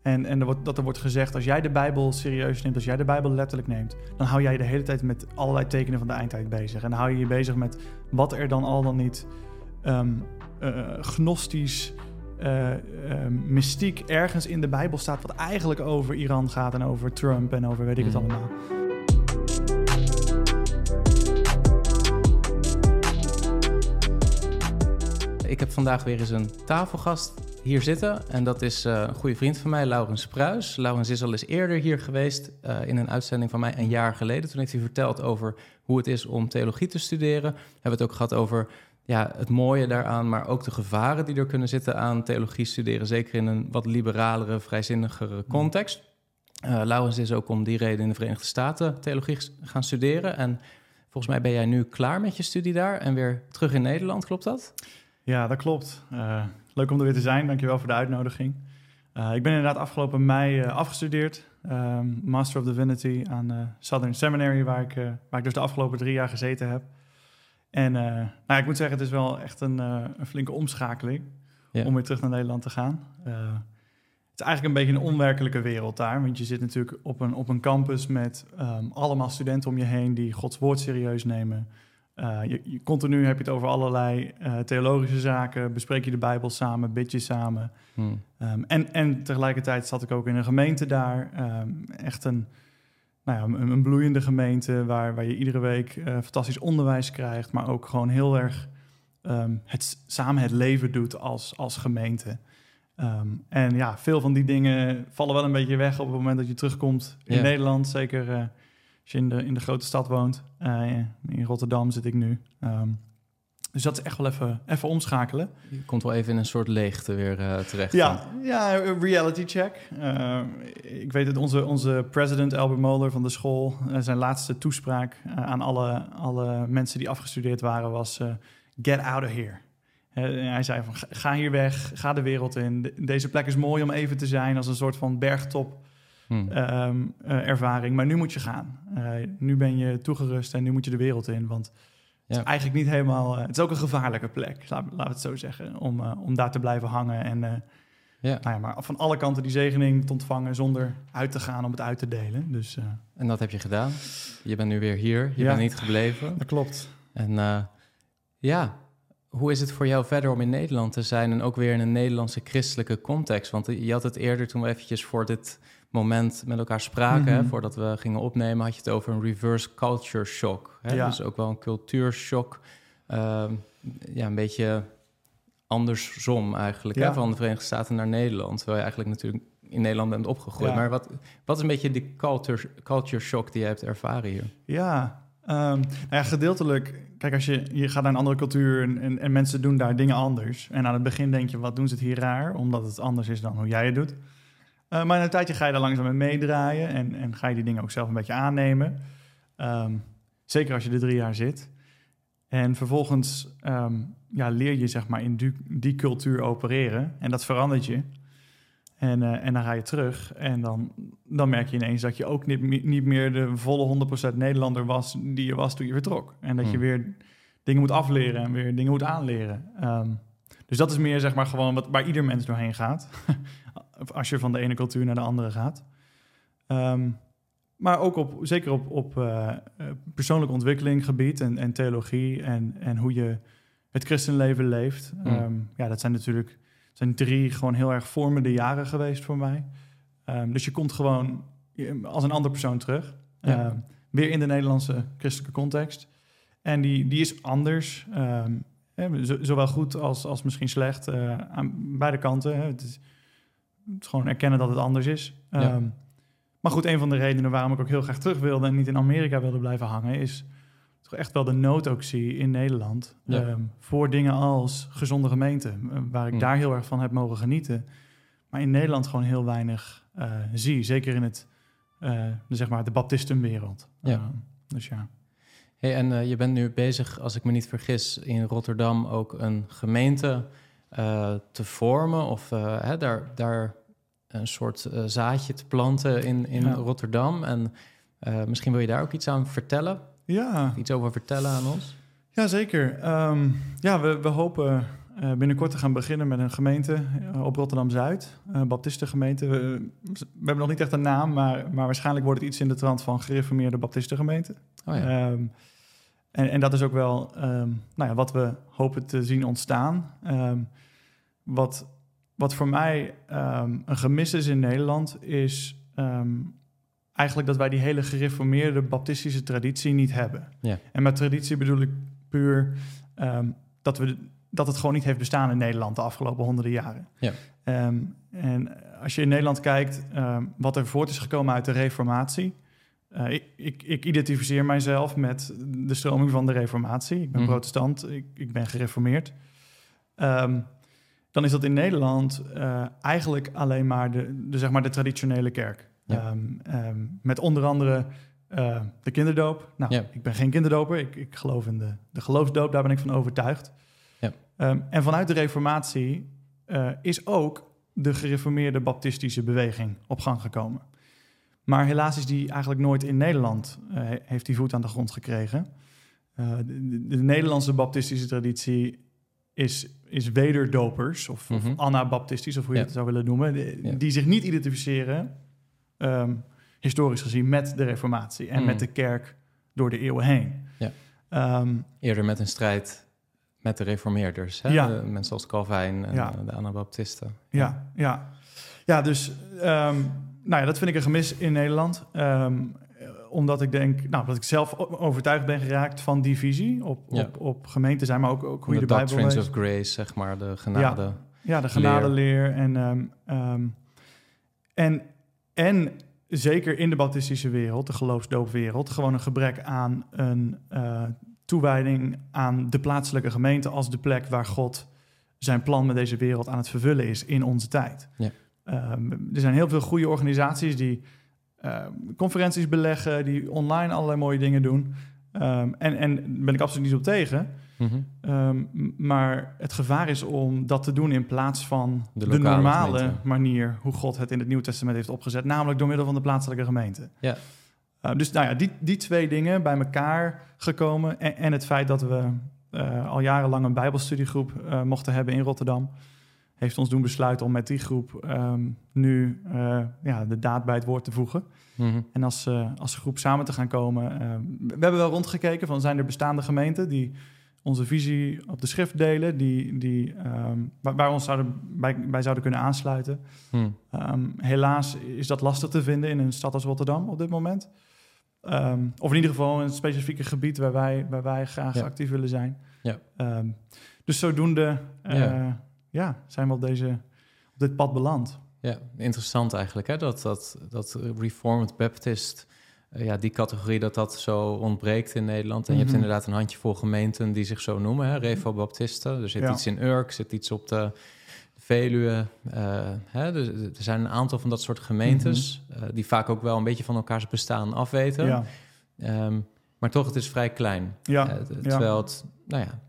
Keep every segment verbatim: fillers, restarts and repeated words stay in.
En, en er wordt, dat er wordt gezegd, als jij de Bijbel serieus neemt, als jij de Bijbel letterlijk neemt, dan hou jij je de hele tijd met allerlei tekenen van de eindtijd bezig. En dan hou je je bezig met wat er dan al dan niet um, uh, gnostisch, uh, uh, mystiek ergens in de Bijbel staat, wat eigenlijk over Iran gaat en over Trump en over weet ik het Mm. allemaal. Ik heb vandaag weer eens een tafelgast hier zitten. En dat is uh, een goede vriend van mij, Laurens Pruis. Laurens is al eens eerder hier geweest uh, in een uitzending van mij een jaar geleden. Toen heeft hij verteld over hoe het is om theologie te studeren. We hebben het ook gehad over ja, het mooie daaraan, maar ook de gevaren die er kunnen zitten aan theologie studeren. Zeker in een wat liberalere, vrijzinnigere context. Uh, Laurens is ook om die reden in de Verenigde Staten theologie gaan studeren. En volgens mij ben jij nu klaar met je studie daar en weer terug in Nederland, klopt dat? Ja, dat klopt. Uh, leuk om er weer te zijn. Dankjewel voor de uitnodiging. Uh, ik ben inderdaad afgelopen mei uh, afgestudeerd. Um, Master of Divinity aan uh, Southern Seminary, waar ik, uh, waar ik dus de afgelopen drie jaar gezeten heb. En uh, nou ja, ik moet zeggen, het is wel echt een, uh, een flinke omschakeling ja. om weer terug naar Nederland te gaan. Uh, het is eigenlijk een beetje een onwerkelijke wereld daar. Want je zit natuurlijk op een, op een campus met um, allemaal studenten om je heen die Gods woord serieus nemen. Uh, je, je, continu heb je het over allerlei uh, theologische zaken, bespreek je de Bijbel samen, bid je samen. Hmm. Um, en, en tegelijkertijd zat ik ook in een gemeente daar, um, echt een, nou ja, een, een bloeiende gemeente waar, waar je iedere week uh, fantastisch onderwijs krijgt, maar ook gewoon heel erg um, het, samen het leven doet als, als gemeente. Um, en ja, veel van die dingen vallen wel een beetje weg op het moment dat je terugkomt in yeah. Nederland, zeker uh, als je in de, in de grote stad woont. Uh, in Rotterdam zit ik nu. Um, dus dat is echt wel even, even omschakelen. Je komt wel even in een soort leegte weer uh, terecht. Ja, ja, reality check. Uh, ik weet het, onze, onze president Albert Mohler van de school, uh, zijn laatste toespraak uh, aan alle, alle mensen die afgestudeerd waren was uh, get out of here. Uh, hij zei van, ga hier weg, ga de wereld in. De, deze plek is mooi om even te zijn als een soort van bergtop Hmm. Um, uh, ervaring, maar nu moet je gaan. Uh, nu ben je toegerust en nu moet je de wereld in, want ja. het is eigenlijk niet helemaal... Uh, het is ook een gevaarlijke plek, laat, laten we het zo zeggen, om, uh, om daar te blijven hangen en uh, ja. Nou ja, maar van alle kanten die zegening te ontvangen zonder uit te gaan om het uit te delen. Dus, uh, en dat heb je gedaan. Je bent nu weer hier, je ja. bent niet gebleven. Dat klopt. En uh, ja, hoe is het voor jou verder om in Nederland te zijn en ook weer in een Nederlandse christelijke context? Want je had het eerder toen we eventjes voor dit moment met elkaar spraken, mm-hmm. hè, voordat we gingen opnemen, had je het over een reverse culture shock. Hè? Ja. Dus ook wel een cultuurshock. Uh, ja, een beetje andersom eigenlijk, ja. hè, van de Verenigde Staten naar Nederland. Terwijl je eigenlijk natuurlijk in Nederland bent opgegroeid. Ja. Maar wat, wat is een beetje die culture, culture shock die je hebt ervaren hier? Ja, um, nou ja, gedeeltelijk. Kijk, als je, je gaat naar een andere cultuur en, en, en mensen doen daar dingen anders. En aan het begin denk je, wat doen ze het hier raar? Omdat het anders is dan hoe jij het doet. Uh, maar in een tijdje ga je daar langzaam mee meedraaien en, en ga je die dingen ook zelf een beetje aannemen. Um, zeker als je er drie jaar zit. En vervolgens um, ja, leer je zeg maar in die, die cultuur opereren en dat verandert je. En, uh, en dan ga je terug en dan, dan merk je ineens dat je ook niet, niet meer de volle honderd procent Nederlander was die je was toen je vertrok. En dat hmm. je weer dingen moet afleren en weer dingen moet aanleren. Um, dus dat is meer zeg maar gewoon wat, waar ieder mens doorheen gaat. Als je van de ene cultuur naar de andere gaat. Um, maar ook op, zeker op, op uh, persoonlijke ontwikkelinggebied en, en theologie en, en hoe je het christenleven leeft. Mm. Um, ja, dat zijn natuurlijk zijn drie gewoon heel erg vormende jaren geweest voor mij. Um, dus je komt gewoon als een andere persoon terug. Ja. Um, weer in de Nederlandse christelijke context. En die, die is anders. Um, zowel goed als, als misschien slecht. Uh, aan beide kanten. Hè. Het is, Het is gewoon erkennen dat het anders is. Ja. Um, maar goed, een van de redenen waarom ik ook heel graag terug wilde en niet in Amerika wilde blijven hangen, is toch echt wel de nood ook zie in Nederland. Ja. Um, voor dingen als gezonde gemeenten, waar ik mm. daar heel erg van heb mogen genieten. Maar in Nederland gewoon heel weinig uh, zie. Zeker in het, uh, de, zeg maar, de baptistenwereld. Ja. Uh, dus ja. Hey, en uh, je bent nu bezig, als ik me niet vergis, in Rotterdam ook een gemeente Uh, te vormen of uh, hè, daar, daar een soort uh, zaadje te planten in, in ja. Rotterdam. En uh, misschien wil je daar ook iets aan vertellen? Ja. Iets over vertellen aan ons? Ja, zeker. Um, ja, we, we hopen uh, binnenkort te gaan beginnen met een gemeente uh, op Rotterdam-Zuid. Een uh, baptistengemeente. We, we hebben nog niet echt een naam, maar, maar waarschijnlijk wordt het iets in de trant van gereformeerde baptistengemeente. Oh ja. um, en, en dat is ook wel um, nou ja, wat we hopen te zien ontstaan. Um, wat, wat voor mij um, een gemis is in Nederland is um, eigenlijk dat wij die hele gereformeerde baptistische traditie niet hebben. Ja. En met traditie bedoel ik puur um, dat, we, dat het gewoon niet heeft bestaan in Nederland de afgelopen honderden jaren. Ja. Um, en als je in Nederland kijkt um, wat er voort is gekomen uit de Reformatie. Uh, ik, ik, ik identificeer mijzelf met de stroming van de Reformatie. Ik ben mm. protestant, ik, ik ben gereformeerd. Um, dan is dat in Nederland uh, eigenlijk alleen maar de, de, zeg maar de traditionele kerk. Ja. Um, um, met onder andere uh, de kinderdoop. Nou, ja. ik ben geen kinderdoper. Ik, ik geloof in de, de geloofsdoop. Daar ben ik van overtuigd. Ja. Um, en vanuit de Reformatie uh, is ook de gereformeerde baptistische beweging op gang gekomen. Maar helaas is die eigenlijk nooit in Nederland, uh, heeft die voet aan de grond gekregen. Uh, de, de Nederlandse baptistische traditie is, is wederdopers, of, mm-hmm. of anabaptistisch, of hoe je ja. het zou willen noemen, die, ja. die zich niet identificeren, um, historisch gezien, met de Reformatie en mm. met de kerk door de eeuwen heen. Ja. Um, Eerder met een strijd met de reformeerders, hè? Ja. De mensen zoals Calvijn en ja. de anabaptisten. Ja, ja, ja. ja dus um, nou ja, dat vind ik een gemis in Nederland. Um, omdat ik denk, nou, dat ik zelf overtuigd ben geraakt van die visie op, ja. op, op gemeente zijn, maar ook, ook hoe je de, de Bijbel leest. The Doctrines of Grace, zeg maar, de genade. Ja, ja de genadeleer. En, um, um, en, en zeker in de baptistische wereld, de geloofsdoopwereld, gewoon een gebrek aan een uh, toewijding aan de plaatselijke gemeente als de plek waar God zijn plan met deze wereld aan het vervullen is in onze tijd. Ja. Um, er zijn heel veel goede organisaties die uh, conferenties beleggen, die online allerlei mooie dingen doen. Um, en, en ben ik absoluut niet op tegen. Mm-hmm. Um, maar het gevaar is om dat te doen in plaats van de, de normale gemeente. manier hoe God het in het Nieuwe Testament heeft opgezet, namelijk door middel van de plaatselijke gemeente. Ja. Uh, dus nou ja, die, die twee dingen bij elkaar gekomen en, en het feit dat we uh, al jarenlang een Bijbelstudiegroep uh, mochten hebben in Rotterdam, heeft ons doen besluiten om met die groep um, nu uh, ja, de daad bij het woord te voegen. Mm-hmm. En als, uh, als groep samen te gaan komen. Uh, we hebben wel rondgekeken van zijn er bestaande gemeenten die onze visie op de schrift delen, die, die, um, waar, waar we ons zouden, bij, bij zouden kunnen aansluiten. Mm. Um, helaas is dat lastig te vinden in een stad als Rotterdam op dit moment. Um, of in ieder geval in een specifieke gebied waar wij, waar wij graag ja. actief willen zijn. Ja. Um, dus zodoende uh, ja. Ja, zijn we op, deze, op dit pad beland. Ja, interessant eigenlijk, hè? Dat, dat, dat Reformed Baptist, uh, ja, die categorie, dat dat zo ontbreekt in Nederland. En mm-hmm. je hebt inderdaad een handjevol gemeenten die zich zo noemen, hè? Revo Baptisten. Er zit ja. iets in Urk, er zit iets op de Veluwe. Uh, hè? Dus, er zijn een aantal van dat soort gemeentes, mm-hmm. uh, die vaak ook wel een beetje van elkaars bestaan afweten. Ja. Um, maar toch, het is vrij klein. Ja. Uh, terwijl ja. het, nou ja,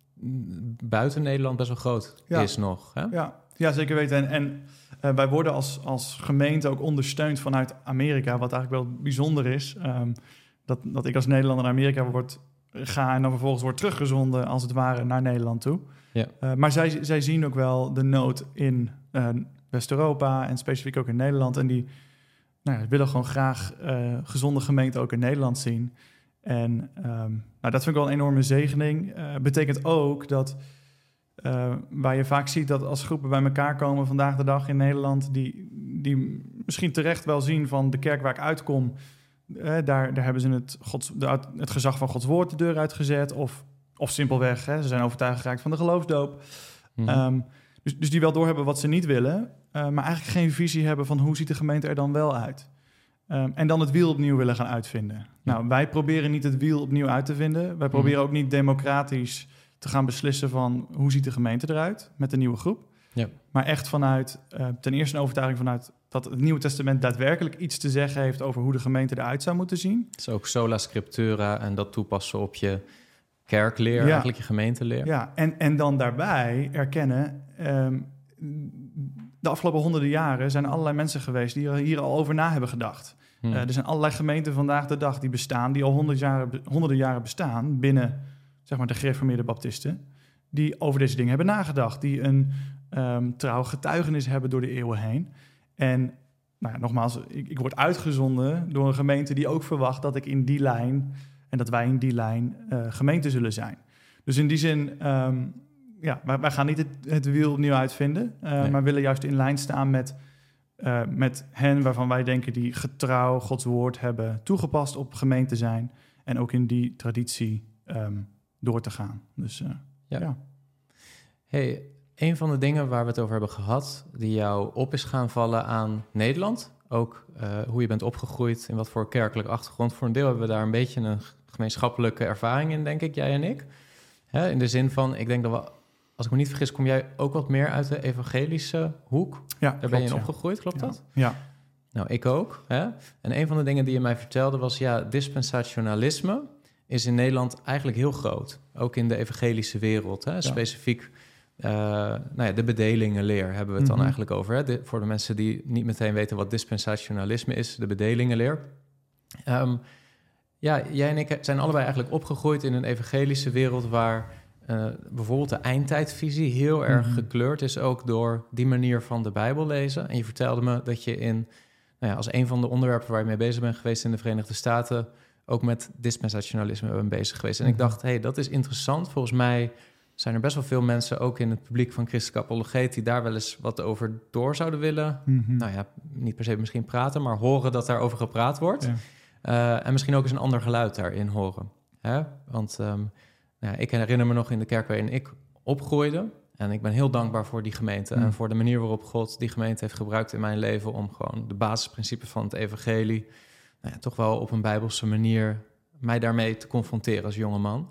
buiten Nederland best wel groot ja. is nog. Hè? Ja. ja, zeker weten. En, en uh, wij worden als, als gemeente ook ondersteund vanuit Amerika, wat eigenlijk wel bijzonder is. Um, dat, dat ik als Nederlander naar Amerika word, ga en dan vervolgens wordt teruggezonden, als het ware, naar Nederland toe. Ja. Uh, maar zij, zij zien ook wel de nood in uh, West-Europa en specifiek ook in Nederland. En die nou, willen gewoon graag uh, gezonde gemeenten ook in Nederland zien. En um, nou, dat vind ik wel een enorme zegening. Uh, betekent ook dat uh, waar je vaak ziet dat als groepen bij elkaar komen vandaag de dag in Nederland, die, die misschien terecht wel zien van de kerk waar ik uitkom, uh, daar, daar hebben ze het, Gods, de, het gezag van Gods woord de deur uitgezet. Of, of simpelweg, hè, ze zijn overtuigd geraakt van de geloofsdoop. Mm-hmm. Um, dus, dus die wel doorhebben wat ze niet willen, uh, maar eigenlijk geen visie hebben van hoe ziet de gemeente er dan wel uit. Um, en dan het wiel opnieuw willen gaan uitvinden. Ja. Nou, wij proberen niet het wiel opnieuw uit te vinden. Wij proberen mm. ook niet democratisch te gaan beslissen van hoe ziet de gemeente eruit met de nieuwe groep. Ja. Maar echt vanuit, uh, ten eerste een overtuiging vanuit dat het Nieuwe Testament daadwerkelijk iets te zeggen heeft over hoe de gemeente eruit zou moeten zien. Het is ook sola scriptura en dat toepassen op je kerkleer, ja. eigenlijk je gemeenteleer. Ja, en, en dan daarbij erkennen, um, de afgelopen honderden jaren zijn er allerlei mensen geweest die hier al over na hebben gedacht. Hmm. Uh, er zijn allerlei gemeenten vandaag de dag die bestaan, die al honderd jaren, honderden jaren bestaan binnen, zeg maar, de gereformeerde baptisten, die over deze dingen hebben nagedacht, die een um, trouw getuigenis hebben door de eeuwen heen. En nou ja, nogmaals, ik, ik word uitgezonden door een gemeente die ook verwacht dat ik in die lijn en dat wij in die lijn uh, gemeente zullen zijn. Dus in die zin, um, ja, wij, wij gaan niet het, het wiel opnieuw uitvinden, uh, nee. maar willen juist in lijn staan met, uh, met hen waarvan wij denken die getrouw Gods woord hebben toegepast op gemeente zijn en ook in die traditie um, door te gaan. Dus uh, ja. ja. Hey, een van de dingen waar we het over hebben gehad, die jou op is gaan vallen aan Nederland, ook uh, hoe je bent opgegroeid, in wat voor kerkelijke achtergrond. Voor een deel hebben we daar een beetje een gemeenschappelijke ervaring in, denk ik, jij en ik. Hè, in de zin van, ik denk dat we, als ik me niet vergis, kom jij ook wat meer uit de evangelische hoek. Ja, daar klopt, ben je in ja. opgegroeid, klopt ja. dat? Ja. Nou, ik ook. Hè? En een van de dingen die je mij vertelde was, ja, dispensationalisme is in Nederland eigenlijk heel groot. Ook in de evangelische wereld, hè? Ja. Specifiek Uh, nou ja, de bedelingenleer hebben we het dan mm-hmm. eigenlijk over. Hè? De, voor de mensen die niet meteen weten wat dispensationalisme is, de bedelingenleer. Um, ja, jij en ik zijn allebei eigenlijk opgegroeid in een evangelische wereld waar uh, bijvoorbeeld de eindtijdvisie heel erg mm-hmm. gekleurd is ook door die manier van de Bijbel lezen. En je vertelde me dat je in, nou ja, als een van de onderwerpen waar je mee bezig bent geweest in de Verenigde Staten ook met dispensationalisme bent bezig geweest. En mm-hmm. ik dacht, hé, hey, dat is interessant. Volgens mij zijn er best wel veel mensen, ook in het publiek van Christelijke Apologeet, die daar wel eens wat over door zouden willen. Mm-hmm. Nou ja, niet per se misschien praten, maar horen dat daarover gepraat wordt. Ja. Uh, en misschien ook eens een ander geluid daarin horen. Hè? Want um, nou ja, ik herinner me nog in de kerk waarin ik opgroeide. En ik ben heel dankbaar voor die gemeente. Mm. En voor de manier waarop God die gemeente heeft gebruikt in mijn leven om gewoon de basisprincipes van het evangelie, nou ja, toch wel op een bijbelse manier mij daarmee te confronteren als jonge man.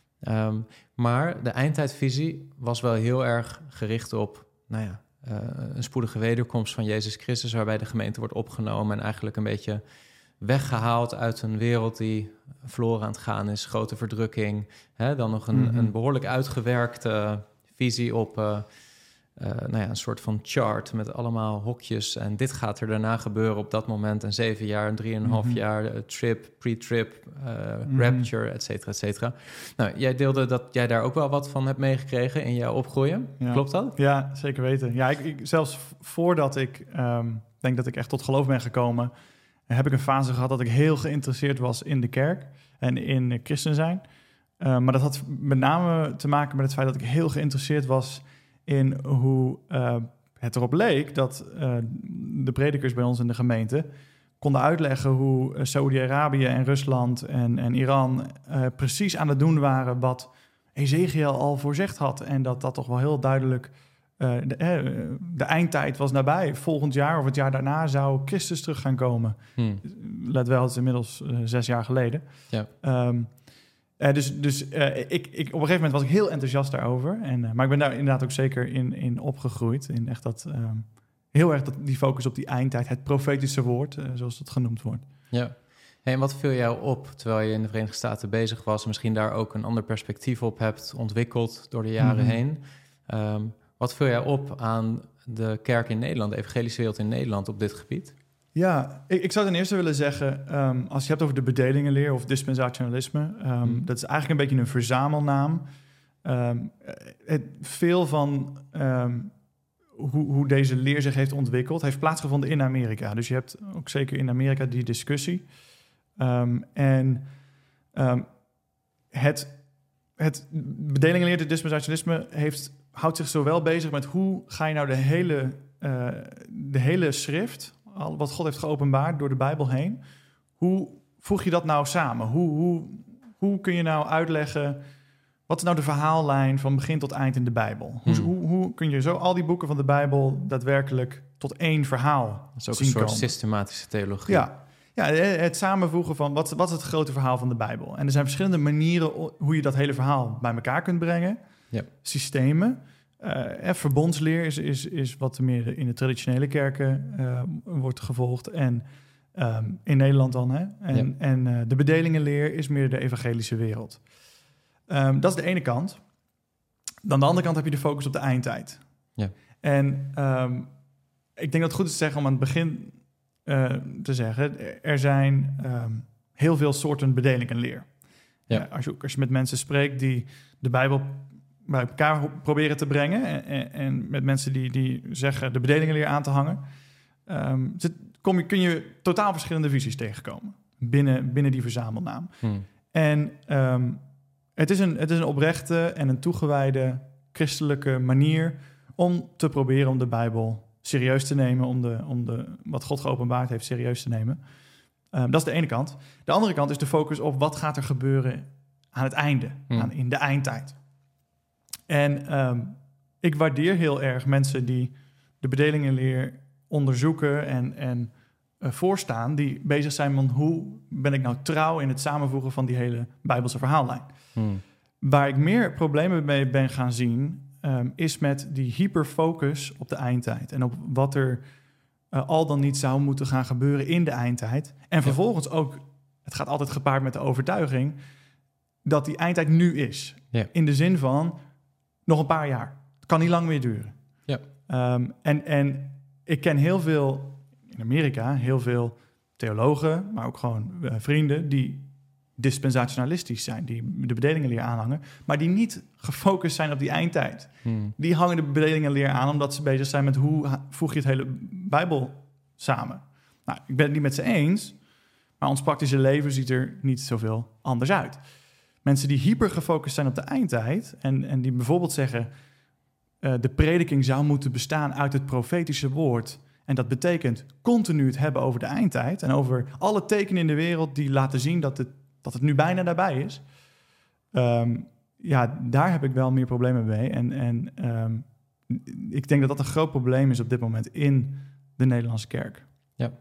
Um, maar de eindtijdvisie was wel heel erg gericht op, nou ja, uh, een spoedige wederkomst van Jezus Christus, waarbij de gemeente wordt opgenomen en eigenlijk een beetje weggehaald uit een wereld die verloren aan het gaan is, grote verdrukking. Hè? Dan nog een, mm-hmm. een behoorlijk uitgewerkte visie op uh, uh, nou ja, een soort van chart met allemaal hokjes. En dit gaat er daarna gebeuren op dat moment. En zeven jaar, een drieënhalf mm-hmm. jaar, uh, trip, pre-trip, uh, mm-hmm. rapture, et cetera, et cetera. Nou, jij deelde dat jij daar ook wel wat van hebt meegekregen in jouw opgroeien. Ja. Klopt dat? Ja, zeker weten. Ja, ik, ik, zelfs voordat ik um, denk dat ik echt tot geloof ben gekomen, heb ik een fase gehad dat ik heel geïnteresseerd was in de kerk en in christen zijn. Uh, maar dat had met name te maken met het feit dat ik heel geïnteresseerd was in hoe uh, het erop leek dat uh, de predikers bij ons in de gemeente konden uitleggen hoe uh, Saoedi-Arabië en Rusland en, en Iran uh, precies aan het doen waren wat Ezekiel al voorzegd had. En dat dat toch wel heel duidelijk, uh, de, uh, de eindtijd was nabij. Volgend jaar of het jaar daarna zou Christus terug gaan komen. Hmm. Let wel, het is inmiddels uh, zes jaar geleden. Ja. Um, Uh, dus dus uh, ik, ik, op een gegeven moment was ik heel enthousiast daarover. En, uh, maar ik ben daar inderdaad ook zeker in, in opgegroeid. In echt dat, um, heel erg dat, die focus op die eindtijd. Het profetische woord, uh, zoals het genoemd wordt. Ja. Hey, en wat viel jou op terwijl je in de Verenigde Staten bezig was? Misschien daar ook een ander perspectief op hebt ontwikkeld door de jaren mm-hmm. heen. Um, wat viel jou op aan de kerk in Nederland, de evangelische wereld in Nederland op dit gebied? Ja, ik, ik zou ten eerste willen zeggen, um, als je hebt over de bedelingenleer of dispensationalisme, um, hmm. dat is eigenlijk een beetje een verzamelnaam. Um, het, veel van um, hoe, hoe deze leer zich heeft ontwikkeld, heeft plaatsgevonden in Amerika. Dus je hebt ook zeker in Amerika die discussie. Um, en um, het, het bedelingenleer, de dispensationalisme, heeft, houdt zich zowel bezig met hoe ga je nou de hele, uh, de hele schrift, al wat God heeft geopenbaard door de Bijbel heen, hoe voeg je dat nou samen? Hoe, hoe, hoe kun je nou uitleggen, wat is nou de verhaallijn van begin tot eind in de Bijbel? Hmm. Hoe, hoe, hoe kun je zo al die boeken van de Bijbel daadwerkelijk tot één verhaal zien komen? Dat is ook een soort komen? Systematische theologie. Ja, ja, het samenvoegen van wat, wat is het grote verhaal van de Bijbel? En er zijn verschillende manieren hoe je dat hele verhaal bij elkaar kunt brengen. Ja. Systemen. Uh, en verbondsleer is, is, is wat meer in de traditionele kerken uh, wordt gevolgd. En um, in Nederland dan. Hè? En, ja. en uh, de bedelingenleer is meer de evangelische wereld. Um, dat is de ene kant. Dan de andere kant heb je de focus op de eindtijd. Ja. En um, ik denk dat het goed is te zeggen om aan het begin uh, te zeggen, er zijn um, heel veel soorten bedelingenleer. Ja. Uh, als, je, als je met mensen spreekt die de Bijbel bij elkaar proberen te brengen. En, en, en met mensen die, die zeggen de bedelingenleer aan te hangen. Um, zit, kom je, kun je totaal verschillende visies tegenkomen binnen, binnen die verzamelnaam. Hmm. En um, het, is een, het is een oprechte en een toegewijde christelijke manier om te proberen om de Bijbel serieus te nemen, om, de, om de, wat God geopenbaard heeft serieus te nemen. Um, dat is de ene kant. De andere kant is de focus op wat gaat er gebeuren aan het einde, hmm. aan, in de eindtijd. En um, ik waardeer heel erg mensen die de bedelingenleer onderzoeken en, en uh, voorstaan, die bezig zijn met hoe ben ik nou trouw in het samenvoegen van die hele Bijbelse verhaallijn. Hmm. Waar ik meer problemen mee ben gaan zien, um, is met die hyperfocus op de eindtijd en op wat er uh, al dan niet zou moeten gaan gebeuren in de eindtijd. En vervolgens ja. ook, het gaat altijd gepaard met de overtuiging dat die eindtijd nu is. Ja. In de zin van nog een paar jaar. Het kan niet lang meer duren. Ja. Um, en, en ik ken heel veel, in Amerika, heel veel theologen, maar ook gewoon uh, vrienden die dispensationalistisch zijn, die de bedelingenleer aanhangen, maar die niet gefocust zijn op die eindtijd. Hmm. Die hangen de bedelingenleer aan omdat ze bezig zijn met hoe voeg je het hele Bijbel samen. Nou, ik ben het niet met ze eens, maar ons praktische leven ziet er niet zoveel anders uit. Mensen die hyper gefocust zijn op de eindtijd en, en die bijvoorbeeld zeggen uh, de prediking zou moeten bestaan uit het profetische woord. En dat betekent continu het hebben over de eindtijd en over alle tekenen in de wereld die laten zien dat het, dat het nu bijna daarbij is. Um, ja, daar heb ik wel meer problemen mee. En, en um, ik denk dat dat een groot probleem is op dit moment in de Nederlandse kerk. Ja.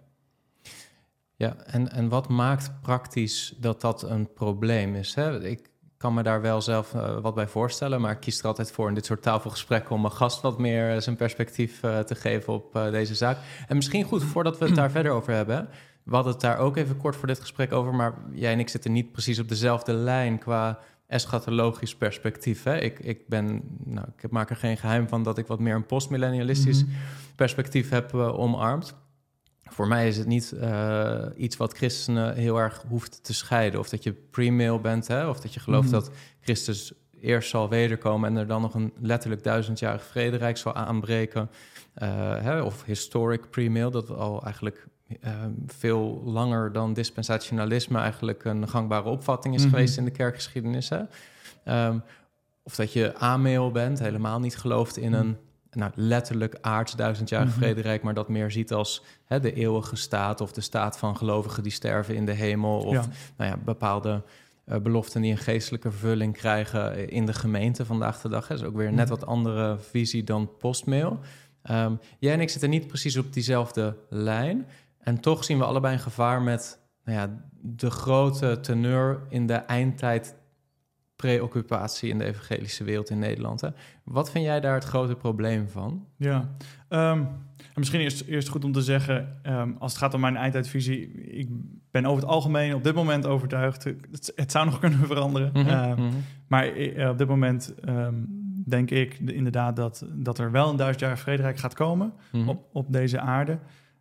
Ja, en, en wat maakt praktisch dat dat een probleem is? Hè? Ik kan me daar wel zelf uh, wat bij voorstellen, maar ik kies er altijd voor in dit soort tafelgesprekken om mijn gast wat meer uh, zijn perspectief uh, te geven op uh, deze zaak. En misschien goed, voordat we het daar verder over hebben, hè? We hadden het daar ook even kort voor dit gesprek over, maar jij en ik zitten niet precies op dezelfde lijn qua eschatologisch perspectief. Hè? Ik, ik, ben, nou, ik maak er geen geheim van dat ik wat meer een postmillennialistisch mm-hmm. perspectief heb uh, omarmd. Voor mij is het niet uh, iets wat christenen heel erg hoeft te scheiden. Of dat je pre-mail bent, hè? Of dat je gelooft mm. dat Christus eerst zal wederkomen en er dan nog een letterlijk duizendjarig vrederijk zal aanbreken. Uh, hè? Of historic pre-mail, dat al eigenlijk uh, veel langer dan dispensationalisme eigenlijk een gangbare opvatting is mm-hmm. geweest in de kerkgeschiedenis. Hè? Um, of dat je a-mail bent, helemaal niet gelooft in een nou, letterlijk aards duizendjarig mm-hmm. vrederijk, maar dat meer ziet als hè, de eeuwige staat of de staat van gelovigen die sterven in de hemel of ja. Nou ja, bepaalde uh, beloften die een geestelijke vervulling krijgen in de gemeente vandaag de dag. Dat is ook weer een net wat andere visie dan postmail. Um, jij en ik zitten niet precies op diezelfde lijn en toch zien we allebei een gevaar met nou ja, de grote teneur in de eindtijd preoccupatie in de evangelische wereld in Nederland. Hè? Wat vind jij daar het grote probleem van? Ja, um, misschien eerst, eerst goed om te zeggen, um, als het gaat om mijn eindtijdvisie, ik ben over het algemeen op dit moment overtuigd, het, het zou nog kunnen veranderen, mm-hmm, uh, mm-hmm. maar uh, op dit moment um, denk ik inderdaad dat, dat er wel een duizendjarig vrederijk gaat komen mm-hmm. op, op deze aarde,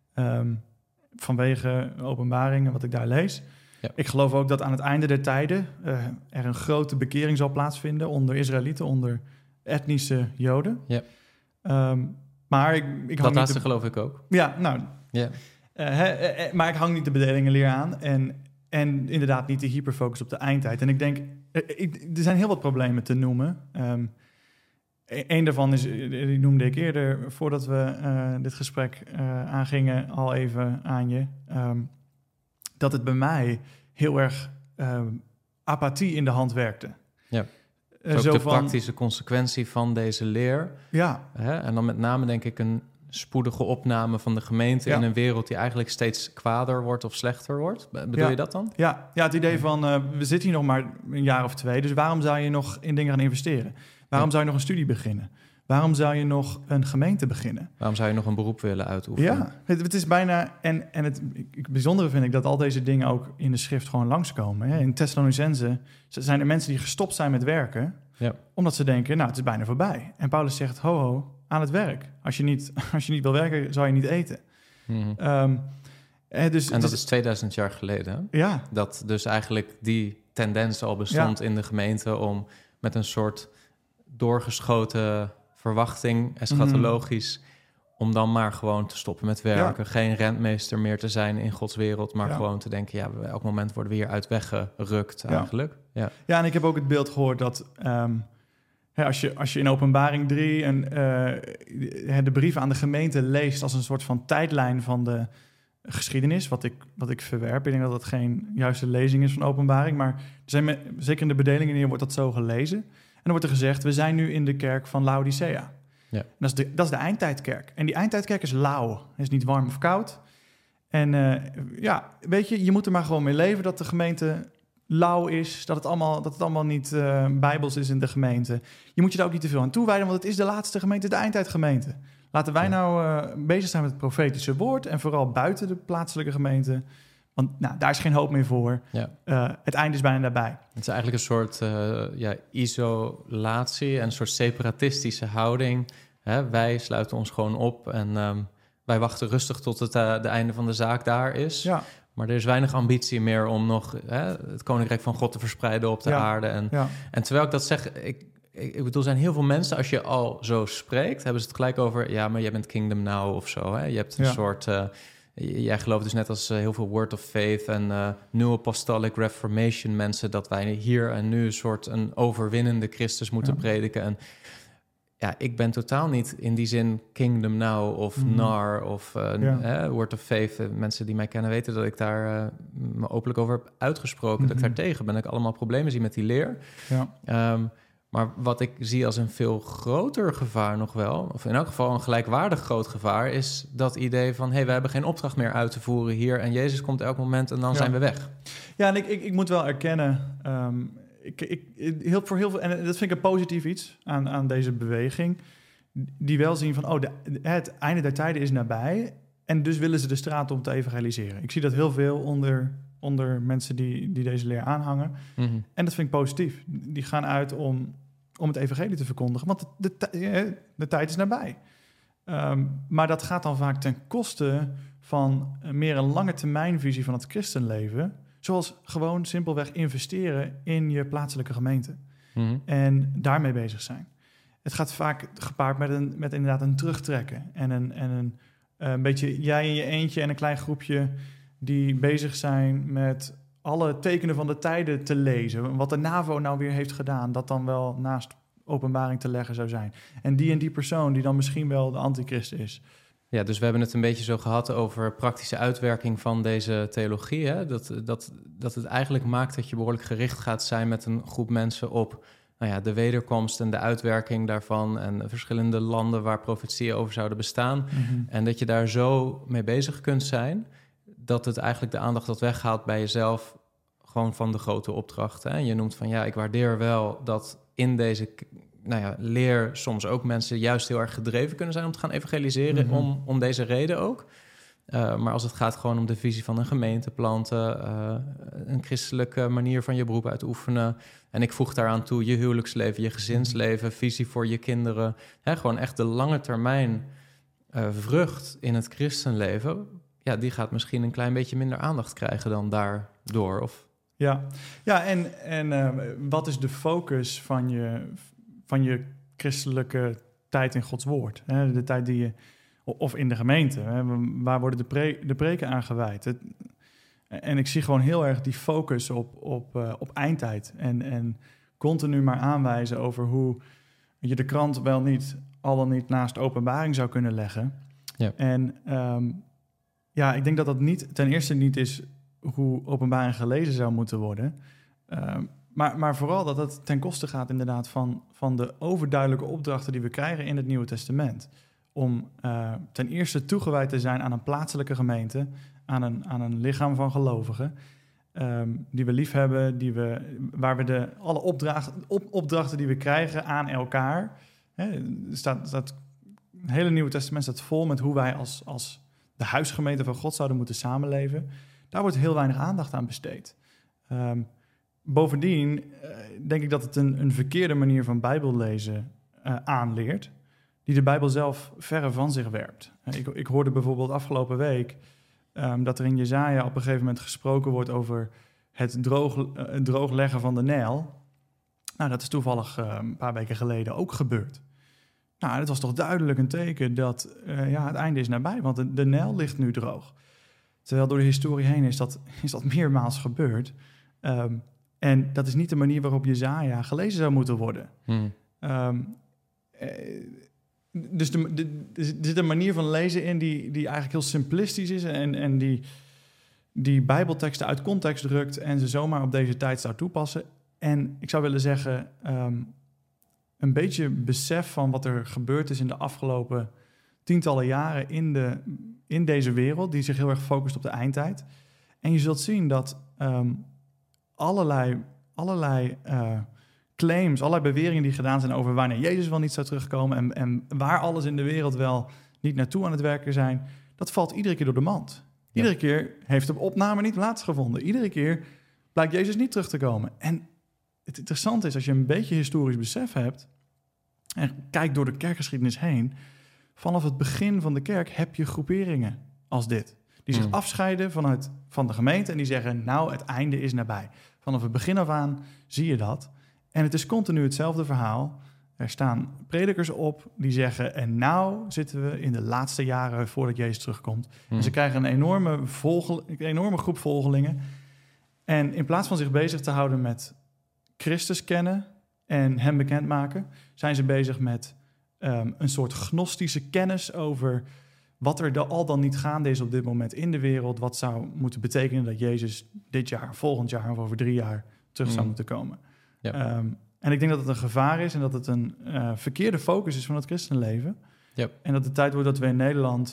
um, vanwege openbaringen, wat ik daar lees. Ja. Ik geloof ook dat aan het einde der tijden uh, er een grote bekering zal plaatsvinden onder Israëlieten, onder etnische Joden. Ja. Um, maar ik, ik dat laatste de... geloof ik ook. Ja, nou. Ja. Uh, he, he, maar ik hang niet de bedelingenleer aan en, en inderdaad niet de hyperfocus op de eindtijd. En ik denk, uh, ik, er zijn heel wat problemen te noemen. Um, Eén daarvan is, die noemde ik eerder, voordat we uh, dit gesprek uh, aangingen, al even aan je. Um, dat het bij mij heel erg uh, apathie in de hand werkte. Ja, uh, ook zo de van, praktische consequentie van deze leer. Ja. Hè? En dan met name denk ik een spoedige opname van de gemeente ja. in een wereld die eigenlijk steeds kwader wordt of slechter wordt. Bedoel ja. je dat dan? Ja, ja het idee van, uh, we zitten hier nog maar een jaar of twee, dus waarom zou je nog in dingen gaan investeren? Waarom ja. zou je nog een studie beginnen? Waarom zou je nog een gemeente beginnen? Waarom zou je nog een beroep willen uitoefenen? Ja, het, het is bijna... En, en het, het bijzondere vind ik dat al deze dingen ook in de schrift gewoon langskomen. Hè? In Thessalonicense zijn er mensen die gestopt zijn met werken, ja. omdat ze denken, nou, het is bijna voorbij. En Paulus zegt, ho, ho, aan het werk. Als je niet, als je niet wil werken, zou je niet eten. Mm-hmm. Um, dus, en dat dus, is tweeduizend jaar geleden. Hè? Ja. Dat dus eigenlijk die tendens al bestond ja. in de gemeente om met een soort doorgeschoten verwachting, eschatologisch, mm. om dan maar gewoon te stoppen met werken. Ja. Geen rentmeester meer te zijn in Gods wereld, maar ja. gewoon te denken, ja, op elk moment worden we hier uit weggerukt eigenlijk. Ja, ja. ja en ik heb ook het beeld gehoord dat um, hè, als, je, als je in Openbaring drie en, uh, de brief aan de gemeente leest als een soort van tijdlijn van de geschiedenis, wat ik, wat ik verwerp. Ik denk dat dat geen juiste lezing is van Openbaring, maar er zijn me, zeker in de bedelingen hier wordt dat zo gelezen. En dan wordt er gezegd, we zijn nu in de kerk van Laodicea. Ja. Dat, is de, dat is de eindtijdkerk. En die eindtijdkerk is lauw. Het is niet warm of koud. En uh, ja, weet je, je moet er maar gewoon mee leven dat de gemeente lauw is, dat het allemaal, dat het allemaal niet uh, bijbels is in de gemeente. Je moet je daar ook niet te veel aan toewijden, want het is de laatste gemeente, de eindtijdgemeente. Laten wij ja. nou uh, bezig zijn met het profetische woord en vooral buiten de plaatselijke gemeente. Want nou, daar is geen hoop meer voor. Ja. Uh, het einde is bijna daarbij. Het is eigenlijk een soort uh, ja, isolatie en een soort separatistische houding. Hè? Wij sluiten ons gewoon op en um, wij wachten rustig tot het uh, de einde van de zaak daar is. Ja. Maar er is weinig ambitie meer om nog hè, het koninkrijk van God te verspreiden op de ja. aarde. En, ja. en terwijl ik dat zeg, ik, ik, ik bedoel, zijn heel veel mensen, als je al zo spreekt, hebben ze het gelijk over, ja, maar jij bent Kingdom Now of zo. Hè? Je hebt een ja. soort... Uh, Jij gelooft dus net als uh, heel veel Word of Faith en uh, New Apostolic Reformation mensen dat wij hier en nu een soort een overwinnende Christus moeten ja. prediken. En ja, ik ben totaal niet in die zin Kingdom Now of mm. N A R of uh, ja. eh, Word of Faith. Uh, mensen die mij kennen weten dat ik daar uh, me openlijk over heb uitgesproken. Mm-hmm. Dat ik daar tegen ben. Dat ik allemaal problemen zie met die leer. Ja. Um, Maar wat ik zie als een veel groter gevaar nog wel, of in elk geval een gelijkwaardig groot gevaar, is dat idee van, hé, hey, we hebben geen opdracht meer uit te voeren hier en Jezus komt elk moment en dan ja. zijn we weg. Ja, en ik, ik, ik moet wel erkennen, um, ik, ik, heel, voor heel veel, en dat vind ik een positief iets aan, aan deze beweging, die wel zien van, oh, de, het einde der tijden is nabij en dus willen ze de straat om te evangeliseren. Ik zie dat heel veel onder... onder mensen die, die deze leer aanhangen. Mm-hmm. En dat vind ik positief. Die gaan uit om, om het evangelie te verkondigen, want de, de, de tijd is nabij. Um, maar dat gaat dan vaak ten koste van meer een lange termijnvisie van het christenleven, zoals gewoon simpelweg investeren in je plaatselijke gemeente. Mm-hmm. En daarmee bezig zijn. Het gaat vaak gepaard met, een, met inderdaad een terugtrekken. En een, en een, een beetje jij in je eentje en een klein groepje die bezig zijn met alle tekenen van de tijden te lezen. Wat de NAVO nou weer heeft gedaan, dat dan wel naast openbaring te leggen zou zijn. En die en die persoon die dan misschien wel de antichrist is. Ja, dus we hebben het een beetje zo gehad over praktische uitwerking van deze theologie. Hè? Dat, dat, dat het eigenlijk maakt dat je behoorlijk gericht gaat zijn met een groep mensen op nou ja, de wederkomst en de uitwerking daarvan en verschillende landen waar profetieën over zouden bestaan. Mm-hmm. En dat je daar zo mee bezig kunt zijn, dat het eigenlijk de aandacht dat weghaalt bij jezelf gewoon van de grote opdrachten. En je noemt van, ja, ik waardeer wel dat in deze nou ja, leer soms ook mensen juist heel erg gedreven kunnen zijn om te gaan evangeliseren, mm-hmm. om, om deze reden ook. Uh, maar als het gaat gewoon om de visie van een gemeente planten, uh, een christelijke manier van je beroep uitoefenen. En ik voeg daaraan toe je huwelijksleven, je gezinsleven, visie voor je kinderen. Hè, gewoon echt de lange termijn uh, vrucht in het christenleven, ja, die gaat misschien een klein beetje minder aandacht krijgen dan daardoor. Of... Ja, ja en, en uh, wat is de focus van je, van je christelijke tijd in Gods woord? Hè? De tijd die je, of in de gemeente, hè? Waar worden de, pre, de preken aan gewijd? Het, en ik zie gewoon heel erg die focus op, op, uh, op eindtijd. En, en continu maar aanwijzen over hoe je de krant wel niet, al dan niet naast openbaring zou kunnen leggen. Ja. En um, ja, ik denk dat dat niet, ten eerste niet is hoe openbaring gelezen zou moeten worden. Uh, maar, maar vooral dat het ten koste gaat inderdaad van, van de overduidelijke opdrachten die we krijgen in het Nieuwe Testament. Om uh, ten eerste toegewijd te zijn aan een plaatselijke gemeente, aan een, aan een lichaam van gelovigen, um, die we lief hebben, die we, waar we de, alle opdrachten, op, opdrachten die we krijgen aan elkaar. Hè, er staat, staat, het hele Nieuwe Testament staat vol met hoe wij als, als de huisgemeente van God zouden moeten samenleven. Daar wordt heel weinig aandacht aan besteed. Um, bovendien uh, denk ik dat het een, een verkeerde manier van Bijbellezen uh, aanleert, die de Bijbel zelf verre van zich werpt. Uh, ik, ik hoorde bijvoorbeeld afgelopen week um, dat er in Jesaja op een gegeven moment gesproken wordt over het droog, uh, het droogleggen van de Nijl. Nou, dat is toevallig uh, een paar weken geleden ook gebeurd. Nou, het was toch duidelijk een teken dat uh, ja, het einde is nabij, want de, de Nijl ligt nu droog. Terwijl door de historie heen is dat, is dat meermaals gebeurd. Um, en dat is niet de manier waarop Jesaja gelezen zou moeten worden. Hmm. Um, eh, dus de, de, er zit een manier van lezen in die, die eigenlijk heel simplistisch is en, en die, die bijbelteksten uit context drukt en ze zomaar op deze tijd zou toepassen. En ik zou willen zeggen, um, een beetje besef van wat er gebeurd is in de afgelopen tientallen jaren in, de, in deze wereld, die zich heel erg focust op de eindtijd. En je zult zien dat um, allerlei, allerlei uh, claims, allerlei beweringen die gedaan zijn over wanneer Jezus wel niet zou terugkomen en, en waar alles in de wereld wel niet naartoe aan het werken zijn, dat valt iedere keer door de mand. Iedere ja. keer heeft de opname niet plaatsgevonden. Iedere keer blijkt Jezus niet terug te komen. En het interessante is, als je een beetje historisch besef hebt en kijkt door de kerkgeschiedenis heen, vanaf het begin van de kerk heb je groeperingen als dit. Die zich mm. afscheiden vanuit, van de gemeente en die zeggen, nou, het einde is nabij. Vanaf het begin af aan zie je dat. En het is continu hetzelfde verhaal. Er staan predikers op die zeggen, en nou zitten we in de laatste jaren voordat Jezus terugkomt. Mm. En ze krijgen een enorme, volgel, een enorme groep volgelingen. En in plaats van zich bezig te houden met Christus kennen en hem bekendmaken, zijn ze bezig met um, een soort gnostische kennis over wat er al dan niet gaande is op dit moment in de wereld. Wat zou moeten betekenen dat Jezus dit jaar, volgend jaar of over drie jaar terug zou mm. moeten komen. Ja. Um, en ik denk dat het een gevaar is en dat het een uh, verkeerde focus is van het christenleven. Ja. En dat het tijd wordt dat we in Nederland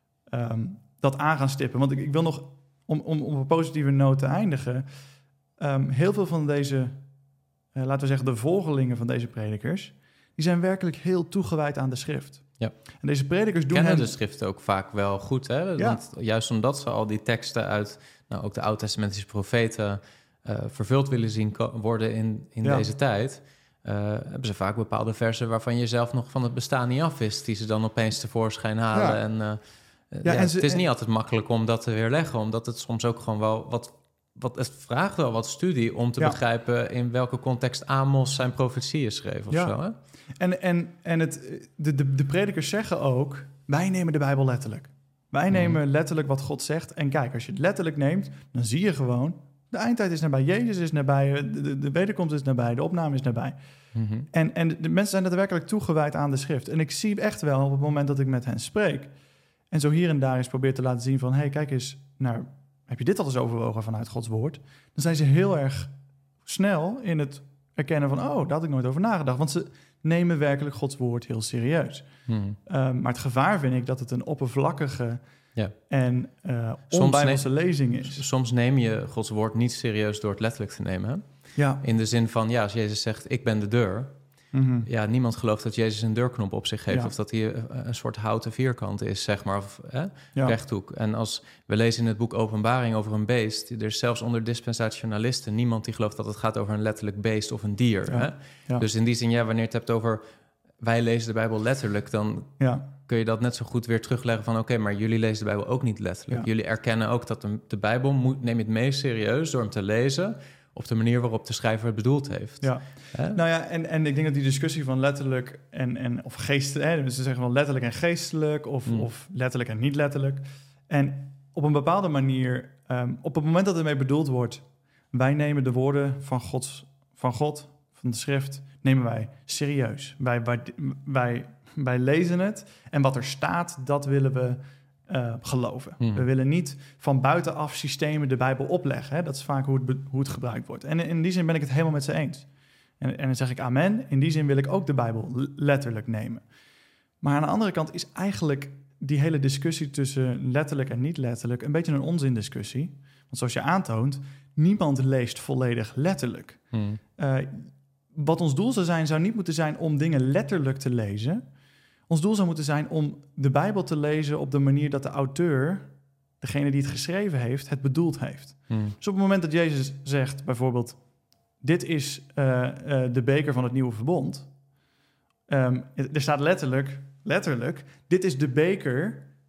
um, dat aan gaan stippen. Want ik, ik wil nog, om, om, om op een positieve noot te eindigen, um, heel veel van deze, uh, laten we zeggen, de volgelingen van deze predikers, die zijn werkelijk heel toegewijd aan de schrift. Ja. En deze predikers doen kennen hen... de schrift ook vaak wel goed, hè? Ja. Want juist omdat ze al die teksten uit, nou, ook de oud-testamentische profeten uh, vervuld willen zien ko- worden in, in ja. deze tijd, uh, hebben ze vaak bepaalde versen waarvan je zelf nog van het bestaan niet af wist, die ze dan opeens tevoorschijn halen. Ja. En, uh, ja, ja, en ze, het is en... niet altijd makkelijk om dat te weerleggen, omdat het soms ook gewoon wel wat... wat het vraagt wel wat studie om te ja. begrijpen in welke context Amos zijn profetieën schreef of ja. zo, hè? En, en, en het, de, de, de predikers zeggen ook, wij nemen de Bijbel letterlijk. Wij nemen mm. letterlijk wat God zegt. En kijk, als je het letterlijk neemt, dan zie je gewoon, de eindtijd is nabij, Jezus is nabij, de, de, de wederkomst is nabij, de opname is nabij. Mm-hmm. En, en de mensen zijn daadwerkelijk toegewijd aan de schrift. En ik zie echt wel op het moment dat ik met hen spreek en zo hier en daar eens probeer te laten zien van, hé, hey, kijk eens naar, heb je dit al eens overwogen vanuit Gods woord? Dan zijn ze heel erg snel in het erkennen van, oh, daar had ik nooit over nagedacht. Want ze nemen werkelijk Gods woord heel serieus. Hmm. Um, maar het gevaar vind ik dat het een oppervlakkige ja. en uh, onbijbelse neem, lezing is. Soms neem je Gods woord niet serieus door het letterlijk te nemen. Hè? Ja. In de zin van, ja, als Jezus zegt, ik ben de deur. Mm-hmm. Ja, niemand gelooft dat Jezus een deurknop op zich heeft, ja. of dat hij een soort houten vierkant is, zeg maar, of hè, ja. rechthoek. En als we lezen in het boek Openbaring over een beest, er is zelfs onder dispensationalisten niemand die gelooft dat het gaat over een letterlijk beest of een dier. Ja. Hè? Ja. Dus in die zin, ja, wanneer je het hebt over wij lezen de Bijbel letterlijk, dan ja. kun je dat net zo goed weer terugleggen van, oké, okay, maar jullie lezen de Bijbel ook niet letterlijk. Ja. Jullie erkennen ook dat de, de Bijbel, moet, neem je het meest serieus door hem te lezen op de manier waarop de schrijver het bedoeld heeft. Ja. Hè? Nou ja, en, en ik denk dat die discussie van letterlijk en, en of geestelijk, ze zeggen wel letterlijk en geestelijk, of, mm. of letterlijk en niet letterlijk. En op een bepaalde manier, um, op het moment dat ermee bedoeld wordt, wij nemen de woorden van, Gods, van God, van de schrift, nemen wij serieus. Wij, wij, wij, wij lezen het en wat er staat, dat willen we Uh, geloven. Mm. We willen niet van buitenaf systemen de Bijbel opleggen. Hè? Dat is vaak hoe het, be- hoe het gebruikt wordt. En in die zin ben ik het helemaal met ze eens. En, en dan zeg ik amen. In die zin wil ik ook de Bijbel l- letterlijk nemen. Maar aan de andere kant is eigenlijk die hele discussie tussen letterlijk en niet letterlijk een beetje een onzindiscussie. Want zoals je aantoont, niemand leest volledig letterlijk. Mm. Uh, wat ons doel zou zijn, zou niet moeten zijn om dingen letterlijk te lezen. Ons doel zou moeten zijn om de Bijbel te lezen op de manier dat de auteur, degene die het geschreven heeft, het bedoeld heeft. Hmm. Dus op het moment dat Jezus zegt bijvoorbeeld, dit is uh, uh, de beker van het nieuwe verbond. Um, er staat letterlijk, letterlijk, dit is de beker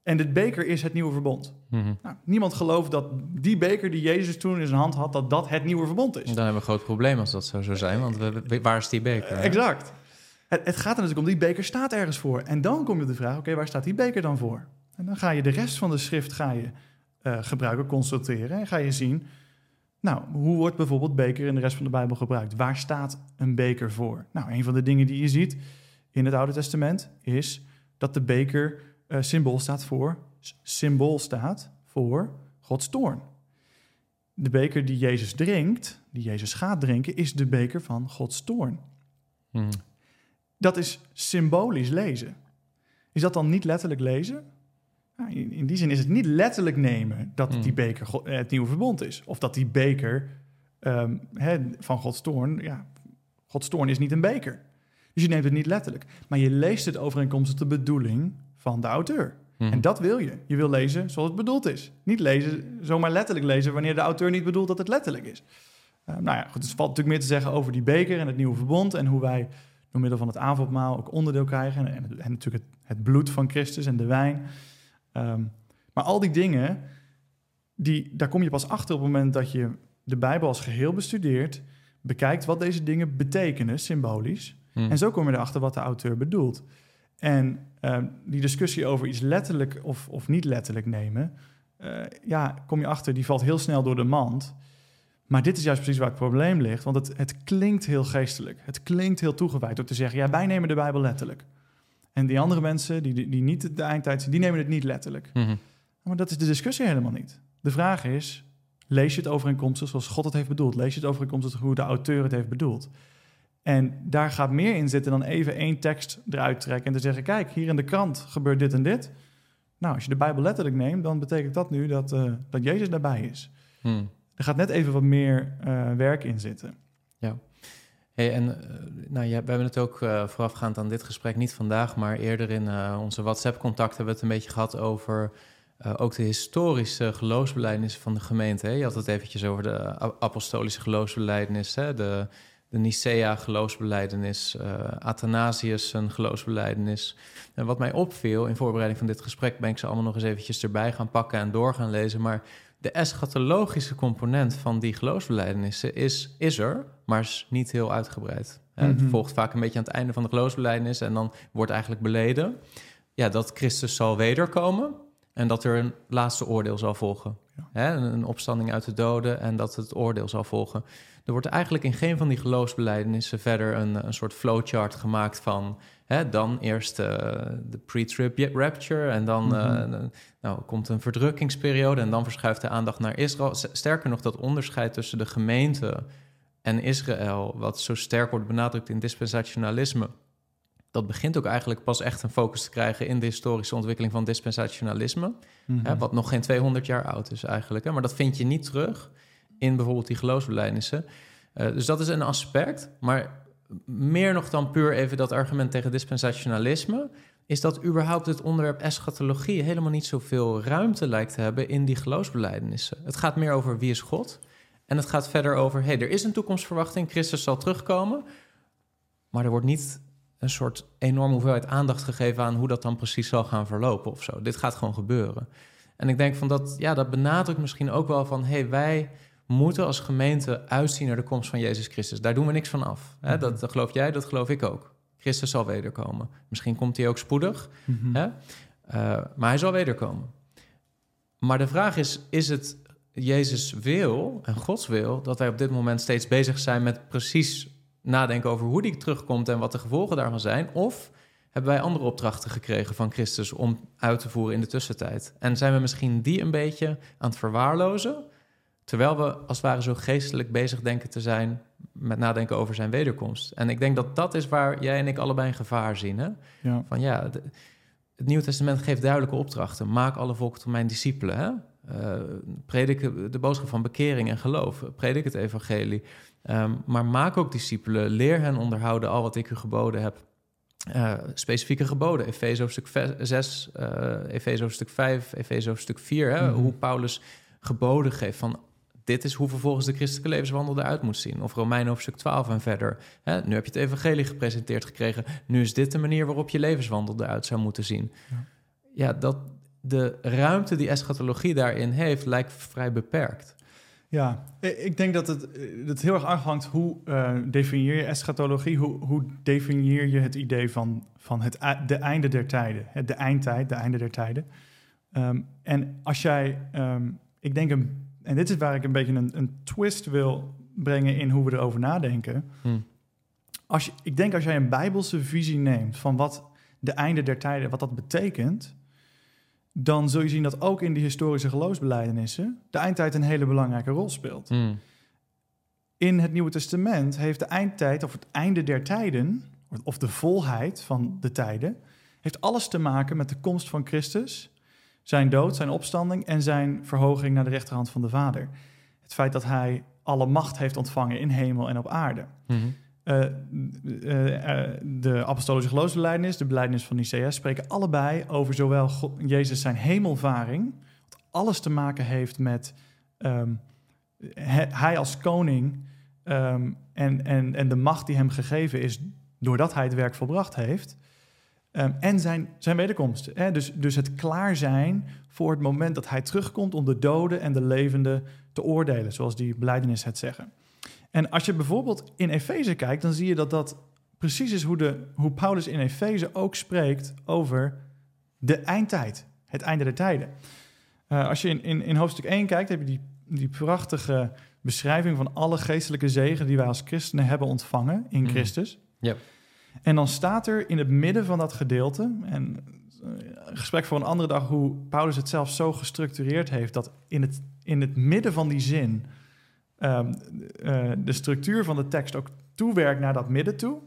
En de beker is het nieuwe verbond. Mm-hmm. Nou, niemand gelooft dat die beker die Jezus toen in zijn hand had, dat dat het nieuwe verbond is. Dan hebben we een groot probleem als dat zo zou zijn, want we, we, waar is die beker? Uh, exact. Het, het gaat er natuurlijk om, die beker staat ergens voor. En dan kom je op de vraag, oké, okay, waar staat die beker dan voor? En dan ga je de rest van de schrift ga je, uh, gebruiken, consulteren en ga je zien, nou, hoe wordt bijvoorbeeld beker in de rest van de Bijbel gebruikt? Waar staat een beker voor? Nou, een van de dingen die je ziet in het Oude Testament is dat de beker uh, symbool staat voor, symbool staat voor Gods toorn. De beker die Jezus drinkt, die Jezus gaat drinken, is de beker van Gods toorn. Hmm. Dat is symbolisch lezen. Is dat dan niet letterlijk lezen? Nou, in, in die zin is het niet letterlijk nemen dat hmm. die beker God, het nieuwe verbond is. Of dat die beker um, he, van Gods toorn, ja, Gods toorn is niet een beker. Dus je neemt het niet letterlijk. Maar je leest het overeenkomstig de bedoeling van de auteur. Hmm. En dat wil je. Je wil lezen zoals het bedoeld is. Niet lezen, zomaar letterlijk lezen wanneer de auteur niet bedoelt dat het letterlijk is. Uh, nou ja, goed, dus er valt natuurlijk meer te zeggen over die beker en het nieuwe verbond en hoe wij door middel van het avondmaal ook onderdeel krijgen. En, en, en natuurlijk het, het bloed van Christus en de wijn. Um, maar al die dingen, die, daar kom je pas achter op het moment dat je de Bijbel als geheel bestudeert, bekijkt wat deze dingen betekenen, symbolisch. Hmm. En zo kom je erachter wat de auteur bedoelt. En uh, die discussie over iets letterlijk of, of niet letterlijk nemen, uh, ja, kom je achter, die valt heel snel door de mand. Maar dit is juist precies waar het probleem ligt, want het, het klinkt heel geestelijk. Het klinkt heel toegewijd door te zeggen, ja, wij nemen de Bijbel letterlijk. En die andere mensen, die, die, die niet de eindtijd zien, die nemen het niet letterlijk. Mm-hmm. Maar dat is de discussie helemaal niet. De vraag is, lees je het overeenkomstig zoals God het heeft bedoeld? Lees je het overeenkomstig hoe de auteur het heeft bedoeld? En daar gaat meer in zitten dan even één tekst eruit trekken en te zeggen, kijk, hier in de krant gebeurt dit en dit. Nou, als je de Bijbel letterlijk neemt, dan betekent dat nu dat, uh, dat Jezus daarbij is. Hmm. Er gaat net even wat meer uh, werk in zitten. Ja. Hey, en uh, nou, ja, we hebben het ook uh, voorafgaand aan dit gesprek, niet vandaag, maar eerder in uh, onze WhatsApp-contact hebben we het een beetje gehad over uh, ook de historische geloofsbelijdenis van de gemeente. Hè? Je had het eventjes over de apostolische geloofsbelijdenis, hè? de... de Nicea-geloofsbelijdenis, uh, Athanasius een geloofsbelijdenis. En wat mij opviel in voorbereiding van dit gesprek, ben ik ze allemaal nog eens eventjes erbij gaan pakken en door gaan lezen. Maar de eschatologische component van die geloofsbelijdenissen is, is er, maar is niet heel uitgebreid. Mm-hmm. Het volgt vaak een beetje aan het einde van de geloofsbelijdenis en dan wordt eigenlijk beleden ja, dat Christus zal wederkomen en dat er een laatste oordeel zal volgen. Ja. Hè, een opstanding uit de doden en dat het oordeel zal volgen. Er wordt eigenlijk in geen van die geloofsbelijdenissen verder een, een soort flowchart gemaakt van hè, dan eerst uh, de pre-trib rapture en dan mm-hmm. uh, nou, komt een verdrukkingsperiode en dan verschuift de aandacht naar Israël. Sterker nog, dat onderscheid tussen de gemeente en Israël, wat zo sterk wordt benadrukt in dispensationalisme, dat begint ook eigenlijk pas echt een focus te krijgen in de historische ontwikkeling van dispensationalisme, mm-hmm. hè, wat nog geen tweehonderd jaar oud is eigenlijk. Hè, maar dat vind je niet terug in bijvoorbeeld die geloofsbelijdenissen. Uh, dus dat is een aspect. Maar meer nog dan puur even dat argument tegen dispensationalisme, is dat überhaupt het onderwerp eschatologie helemaal niet zoveel ruimte lijkt te hebben in die geloofsbelijdenissen. Het gaat meer over wie is God. En het gaat verder over, hey, er is een toekomstverwachting, Christus zal terugkomen. Maar er wordt niet een soort enorme hoeveelheid aandacht gegeven aan hoe dat dan precies zal gaan verlopen of zo. Dit gaat gewoon gebeuren. En ik denk van dat, ja, dat benadrukt misschien ook wel van, hey, wij moeten als gemeente uitzien naar de komst van Jezus Christus. Daar doen we niks van af. Hè? Dat, dat geloof jij, dat geloof ik ook. Christus zal wederkomen. Misschien komt hij ook spoedig, mm-hmm. hè? Uh, maar hij zal wederkomen. Maar de vraag is, is het Jezus wil en Gods wil dat wij op dit moment steeds bezig zijn met precies nadenken over hoe die terugkomt en wat de gevolgen daarvan zijn? Of hebben wij andere opdrachten gekregen van Christus om uit te voeren in de tussentijd? En zijn we misschien die een beetje aan het verwaarlozen, terwijl we als het ware zo geestelijk bezig denken te zijn met nadenken over zijn wederkomst? En ik denk dat dat is waar jij en ik allebei een gevaar zien. Hè? Ja. Van ja, de, het Nieuwe Testament geeft duidelijke opdrachten. Maak alle volken tot mijn discipelen. Hè? Uh, predik de boodschap van bekering en geloof. Predik het evangelie. Um, maar maak ook discipelen. Leer hen onderhouden al wat ik u geboden heb. Uh, specifieke geboden. Efeze hoofdstuk zes, uh, Efeze hoofdstuk vijf, Efeze hoofdstuk vier. Hè? Mm-hmm. Hoe Paulus geboden geeft van dit is hoe vervolgens de christelijke levenswandel eruit moet zien. Of Romeinen hoofdstuk twaalf en verder. Hè? Nu heb je het evangelie gepresenteerd gekregen. Nu is dit de manier waarop je levenswandel eruit zou moeten zien. Ja, ja dat, de ruimte die eschatologie daarin heeft, lijkt vrij beperkt. Ja, ik denk dat het, dat het heel erg afhangt hoe uh, definieer je eschatologie, hoe, hoe definieer je het idee van, van het de einde der tijden, de eindtijd, de einde der tijden. Um, en als jij, um, ik denk, een, en dit is waar ik een beetje een, een twist wil brengen in hoe we erover nadenken. Hmm. Als je, ik denk als jij een bijbelse visie neemt van wat de einde der tijden, wat dat betekent, dan zul je zien dat ook in die historische geloofsbelijdenissen de eindtijd een hele belangrijke rol speelt. Mm. In het Nieuwe Testament heeft de eindtijd, of het einde der tijden, of de volheid van de tijden, heeft alles te maken met de komst van Christus, zijn dood, zijn opstanding en zijn verhoging naar de rechterhand van de Vader. Het feit dat hij alle macht heeft ontvangen in hemel en op aarde. Mm-hmm. Uh, uh, uh, de apostolische geloofsbelijdenis, de belijdenis van Nicea, spreken allebei over zowel God, Jezus zijn hemelvaring, wat alles te maken heeft met um, he, hij als koning um, en, en, en de macht die hem gegeven is doordat hij het werk volbracht heeft, um, en zijn, zijn wederkomst. Hè? Dus, dus het klaar zijn voor het moment dat hij terugkomt om de doden en de levenden te oordelen, zoals die belijdenis het zeggen. En als je bijvoorbeeld in Efeze kijkt, dan zie je dat dat precies is hoe, de, hoe Paulus in Efeze ook spreekt over de eindtijd, het einde der tijden. Uh, als je in, in, in hoofdstuk één kijkt, heb je die, die prachtige beschrijving van alle geestelijke zegen die wij als christenen hebben ontvangen in mm. Christus. Yep. En dan staat er in het midden van dat gedeelte, en een gesprek voor een andere dag, hoe Paulus het zelf zo gestructureerd heeft, dat in het, in het midden van die zin Um, uh, de structuur van de tekst ook toewerkt naar dat midden toe.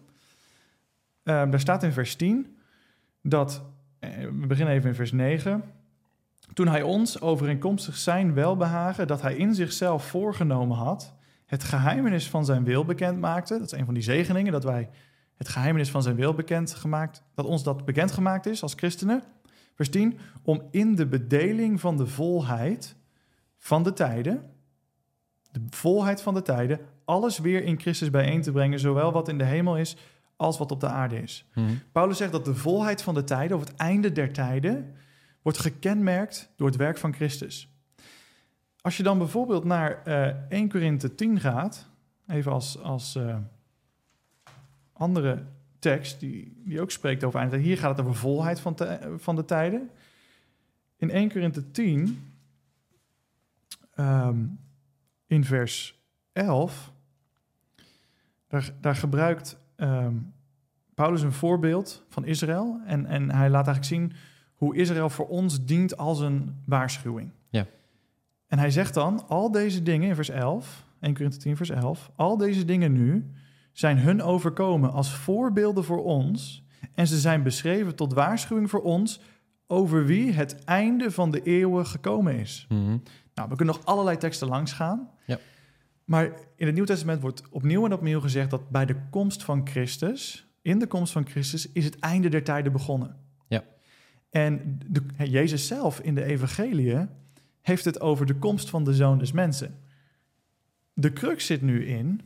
Um, daar staat in vers tien dat, uh, we beginnen even in vers negen, toen hij ons overeenkomstig zijn welbehagen, dat hij in zichzelf voorgenomen had, het geheimenis van zijn wil bekend maakte. Dat is een van die zegeningen, dat wij het geheimenis van zijn wil bekend gemaakt, dat ons dat bekend gemaakt is als christenen. Vers tien, om in de bedeling van de volheid van de tijden, de volheid van de tijden, alles weer in Christus bijeen te brengen, zowel wat in de hemel is als wat op de aarde is. Mm-hmm. Paulus zegt dat de volheid van de tijden, of het einde der tijden, wordt gekenmerkt door het werk van Christus. Als je dan bijvoorbeeld naar uh, eerste Korinthe tien gaat, even als, als uh, andere tekst die, die ook spreekt over einde. Hier gaat het over volheid van, te, van de tijden. In eerste Korinthe tien, um, in vers elf, daar, daar gebruikt um, Paulus een voorbeeld van Israël. En, en hij laat eigenlijk zien hoe Israël voor ons dient als een waarschuwing. Ja. En hij zegt dan, al deze dingen in vers elf, eerste Korinthe tien vers elf, al deze dingen nu zijn hun overkomen als voorbeelden voor ons en ze zijn beschreven tot waarschuwing voor ons over wie het einde van de eeuwen gekomen is. Mm-hmm. Nou, we kunnen nog allerlei teksten langs gaan. Ja. Maar in het Nieuw Testament wordt opnieuw en opnieuw gezegd dat bij de komst van Christus, in de komst van Christus, is het einde der tijden begonnen. Ja. En de, Jezus zelf in de evangeliën heeft het over de komst van de Zoon des Mensen. De crux zit nu in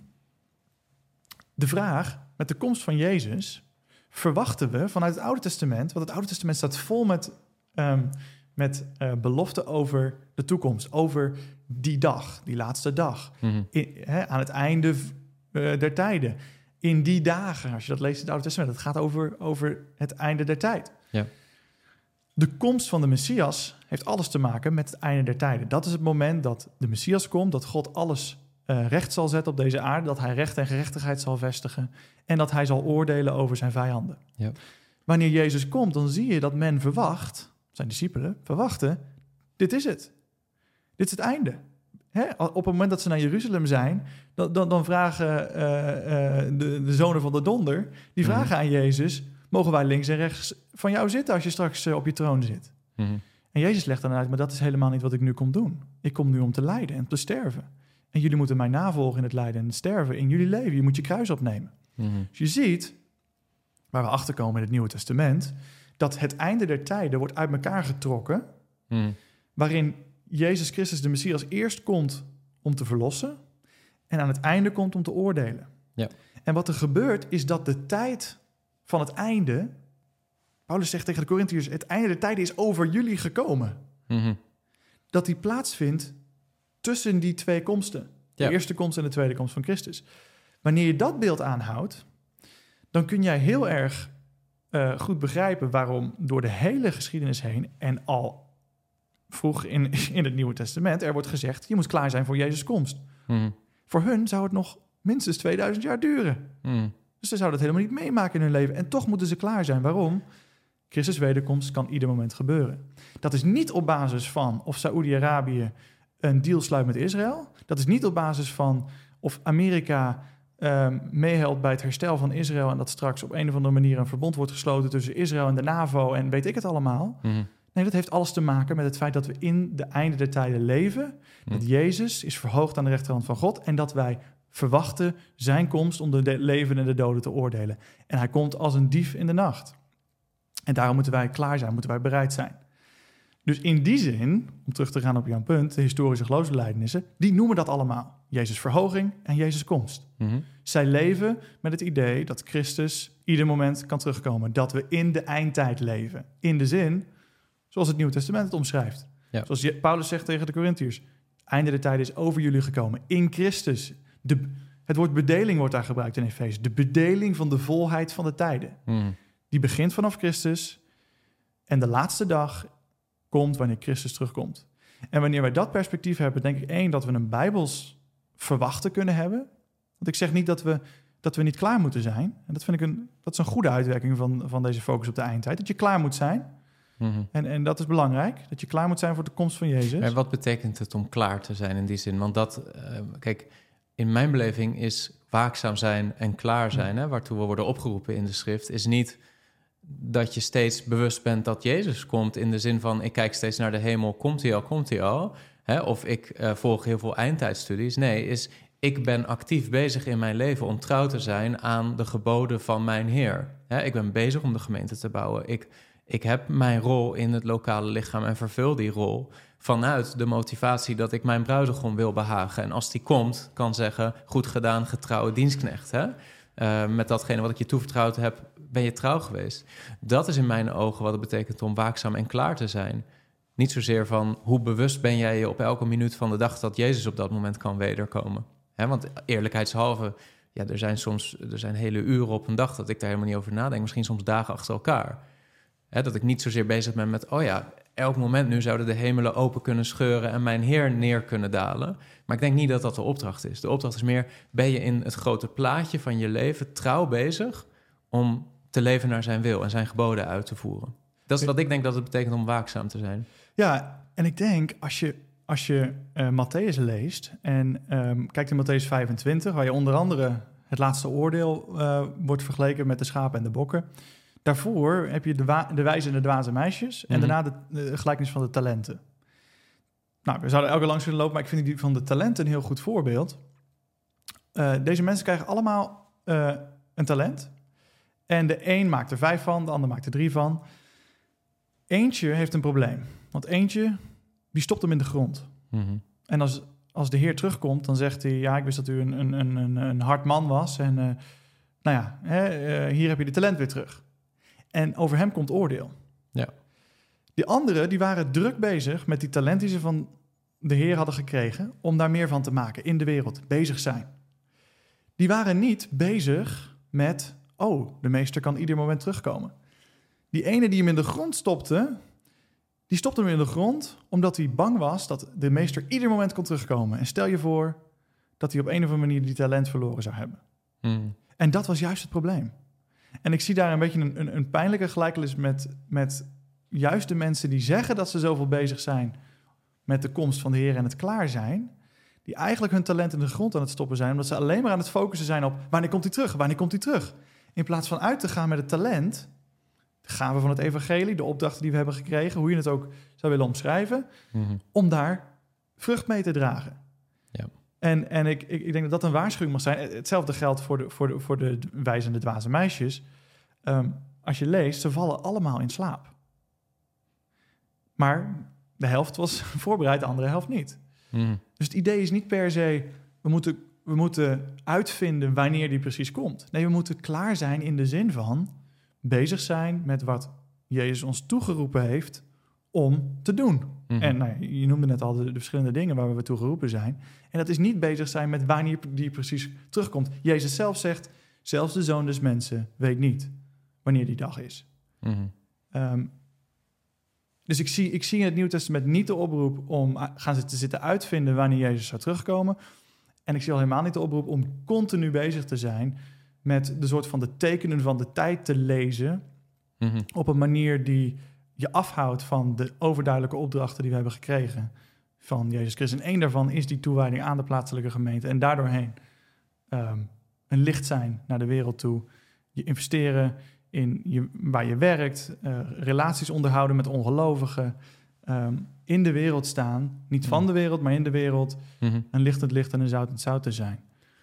de vraag, met de komst van Jezus, verwachten we vanuit het Oude Testament, want het Oude Testament staat vol met, um, met uh, beloften over de toekomst, over die dag, die laatste dag, mm-hmm. in, hè, aan het einde uh, der tijden. In die dagen, als je dat leest in het Oude Testament, het gaat over, over het einde der tijd. Ja. De komst van de Messias heeft alles te maken met het einde der tijden. Dat is het moment dat de Messias komt, dat God alles uh, recht zal zetten op deze aarde, dat hij recht en gerechtigheid zal vestigen en dat hij zal oordelen over zijn vijanden. Ja. Wanneer Jezus komt, dan zie je dat men verwacht, zijn discipelen verwachten, dit is het. Dit is het einde. Hè? Op het moment dat ze naar Jeruzalem zijn, dan, dan, dan vragen uh, uh, de, de zonen van de donder, die vragen mm-hmm. aan Jezus, mogen wij links en rechts van jou zitten als je straks uh, op je troon zit? Mm-hmm. En Jezus legt dan uit, maar dat is helemaal niet wat ik nu kom doen. Ik kom nu om te lijden en om te sterven. En jullie moeten mij navolgen in het lijden en het sterven in jullie leven. Je moet je kruis opnemen. Mm-hmm. Dus je ziet, waar we achter komen in het Nieuwe Testament, dat het einde der tijden wordt uit elkaar getrokken, mm. waarin Jezus Christus, de Messias, eerst komt om te verlossen en aan het einde komt om te oordelen. Ja. En wat er gebeurt, is dat de tijd van het einde Paulus zegt tegen de Korintiërs, het einde der tijden is over jullie gekomen. Mm-hmm. Dat die plaatsvindt tussen die twee komsten. De Ja. eerste komst en de tweede komst van Christus. Wanneer je dat beeld aanhoudt, dan kun jij heel erg uh, goed begrijpen waarom door de hele geschiedenis heen en al vroeg in, in het Nieuwe Testament er wordt gezegd, je moet klaar zijn voor Jezus' komst. Mm-hmm. Voor hun zou het nog minstens tweeduizend jaar duren. Mm. Dus ze zouden het helemaal niet meemaken in hun leven. En toch moeten ze klaar zijn. Waarom? Christus' wederkomst kan ieder moment gebeuren. Dat is niet op basis van of Saoedi-Arabië een deal sluit met Israël. Dat is niet op basis van of Amerika um, meehelpt bij het herstel van Israël en dat straks op een of andere manier een verbond wordt gesloten tussen Israël en de NAVO en weet ik het allemaal. Mm-hmm. Nee, dat heeft alles te maken met het feit dat we in de einde der tijden leven. Mm. Dat Jezus is verhoogd aan de rechterhand van God en dat wij verwachten zijn komst om de de levenden en de doden te oordelen. En hij komt als een dief in de nacht. En daarom moeten wij klaar zijn, moeten wij bereid zijn. Dus in die zin, om terug te gaan op jouw punt, de historische geloofsbelijdenissen, die noemen dat allemaal. Jezus' verhoging en Jezus' komst. Mm-hmm. Zij leven met het idee dat Christus ieder moment kan terugkomen. Dat we in de eindtijd leven. In de zin, zoals het Nieuwe Testament het omschrijft. Ja. Zoals Paulus zegt tegen de Korintiërs. Einde der tijden is over jullie gekomen. In Christus. De, het woord bedeling wordt daar gebruikt in Efeze. De bedeling van de volheid van de tijden. Mm. Die begint vanaf Christus. En de laatste dag komt wanneer Christus terugkomt. En wanneer wij dat perspectief hebben, denk ik één, dat we een bijbels verwachten kunnen hebben. Want ik zeg niet dat we, dat we niet klaar moeten zijn. En dat vind ik een, dat is een goede uitwerking van, van deze focus op de eindtijd. Dat je klaar moet zijn. Mm-hmm. En, en dat is belangrijk. Dat je klaar moet zijn voor de komst van Jezus. Maar wat betekent het om klaar te zijn in die zin? Want dat, uh, kijk, in mijn beleving is waakzaam zijn en klaar zijn, hè, waartoe we worden opgeroepen in de schrift, is niet dat je steeds bewust bent dat Jezus komt in de zin van ik kijk steeds naar de hemel, komt hij al, komt hij al? Hè? Of ik uh, volg heel veel eindtijdstudies. Nee, is ik ben actief bezig in mijn leven om trouw te zijn aan de geboden van mijn Heer. Hè? Ik ben bezig om de gemeente te bouwen. Ik, ik heb mijn rol in het lokale lichaam en vervul die rol vanuit de motivatie dat ik mijn bruidegom wil behagen. En als die komt, kan zeggen, goed gedaan, getrouwe dienstknecht. Hè? Uh, met datgene wat ik je toevertrouwd heb, ben je trouw geweest. Dat is in mijn ogen wat het betekent om waakzaam en klaar te zijn. Niet zozeer van hoe bewust ben jij je op elke minuut van de dag dat Jezus op dat moment kan wederkomen. Hè, want eerlijkheidshalve, ja, er zijn soms er zijn hele uren op een dag dat ik daar helemaal niet over nadenk. Misschien soms dagen achter elkaar. Hè, dat ik niet zozeer bezig ben met, oh ja, elk moment nu zouden de hemelen open kunnen scheuren en mijn Heer neer kunnen dalen. Maar ik denk niet dat dat de opdracht is. De opdracht is meer, ben je in het grote plaatje van je leven trouw bezig om te leven naar zijn wil en zijn geboden uit te voeren. Dat is wat ik denk dat het betekent om waakzaam te zijn. Ja, en ik denk als je, als je uh, Matthäus leest en um, kijkt in Matthäus vijfentwintig, waar je onder andere het laatste oordeel uh, wordt vergeleken met de schapen en de bokken. Daarvoor heb je de, wa- de wijze en de dwaze meisjes en mm-hmm. daarna de, de gelijkenis van de talenten. Nou, we zouden elke langs kunnen lopen, maar ik vind die van de talenten een heel goed voorbeeld. Uh, deze mensen krijgen allemaal uh, een talent. En de een maakt er vijf van, de ander maakt er drie van. Eentje heeft een probleem. Want eentje, die stopt hem in de grond. Mm-hmm. En als, als de Heer terugkomt, dan zegt hij, ja, ik wist dat u een, een, een, een hard man was. En uh, nou ja, hè, uh, hier heb je de talent weer terug. En over hem komt oordeel. Ja. Die anderen, die waren druk bezig met die talent die ze van de Heer hadden gekregen, om daar meer van te maken in de wereld, bezig zijn. Die waren niet bezig met, oh, de meester kan ieder moment terugkomen. Die ene die hem in de grond stopte, die stopte hem in de grond omdat hij bang was dat de meester ieder moment kon terugkomen. En stel je voor dat hij op een of andere manier die talent verloren zou hebben. Mm. En dat was juist het probleem. En ik zie daar een beetje een, een, een pijnlijke gelijkenis met, met juist de mensen die zeggen dat ze zoveel bezig zijn met de komst van de Heer en het klaar zijn, die eigenlijk hun talent in de grond aan het stoppen zijn, omdat ze alleen maar aan het focussen zijn op wanneer komt hij terug, wanneer komt hij terug. In plaats van uit te gaan met het talent, de gave van het evangelie, de opdrachten die we hebben gekregen, hoe je het ook zou willen omschrijven, Mm-hmm. om daar vrucht mee te dragen. Ja. En, en ik, ik, ik denk dat dat een waarschuwing mag zijn. Hetzelfde geldt voor de, voor de, voor de wijze en de dwaze meisjes. Um, als je leest, ze vallen allemaal in slaap. Maar de helft was voorbereid, de andere helft niet. Mm-hmm. Dus het idee is niet per se, we moeten, we moeten uitvinden wanneer die precies komt. Nee, we moeten klaar zijn in de zin van bezig zijn met wat Jezus ons toegeroepen heeft om te doen. Mm-hmm. En nou, je noemde net al de, de verschillende dingen waar we toe geroepen zijn. En dat is niet bezig zijn met wanneer die precies terugkomt. Jezus zelf zegt, zelfs de Zoon des Mensen weet niet wanneer die dag is. Mm-hmm. Um, dus ik zie, ik zie in het Nieuw Testament niet de oproep om gaan ze te zitten uitvinden wanneer Jezus zou terugkomen. En ik zie al helemaal niet de oproep om continu bezig te zijn met de soort van de tekenen van de tijd te lezen. Mm-hmm. Op een manier die je afhoudt van de overduidelijke opdrachten die we hebben gekregen van Jezus Christus. En één daarvan is die toewijding aan de plaatselijke gemeente. En daardoorheen um, een licht zijn naar de wereld toe. Je investeren in je, waar je werkt, uh, relaties onderhouden met ongelovigen, um, in de wereld staan. Niet van de wereld, maar in de wereld. Mm-hmm. Een lichtend licht en een zoutend zout te zijn.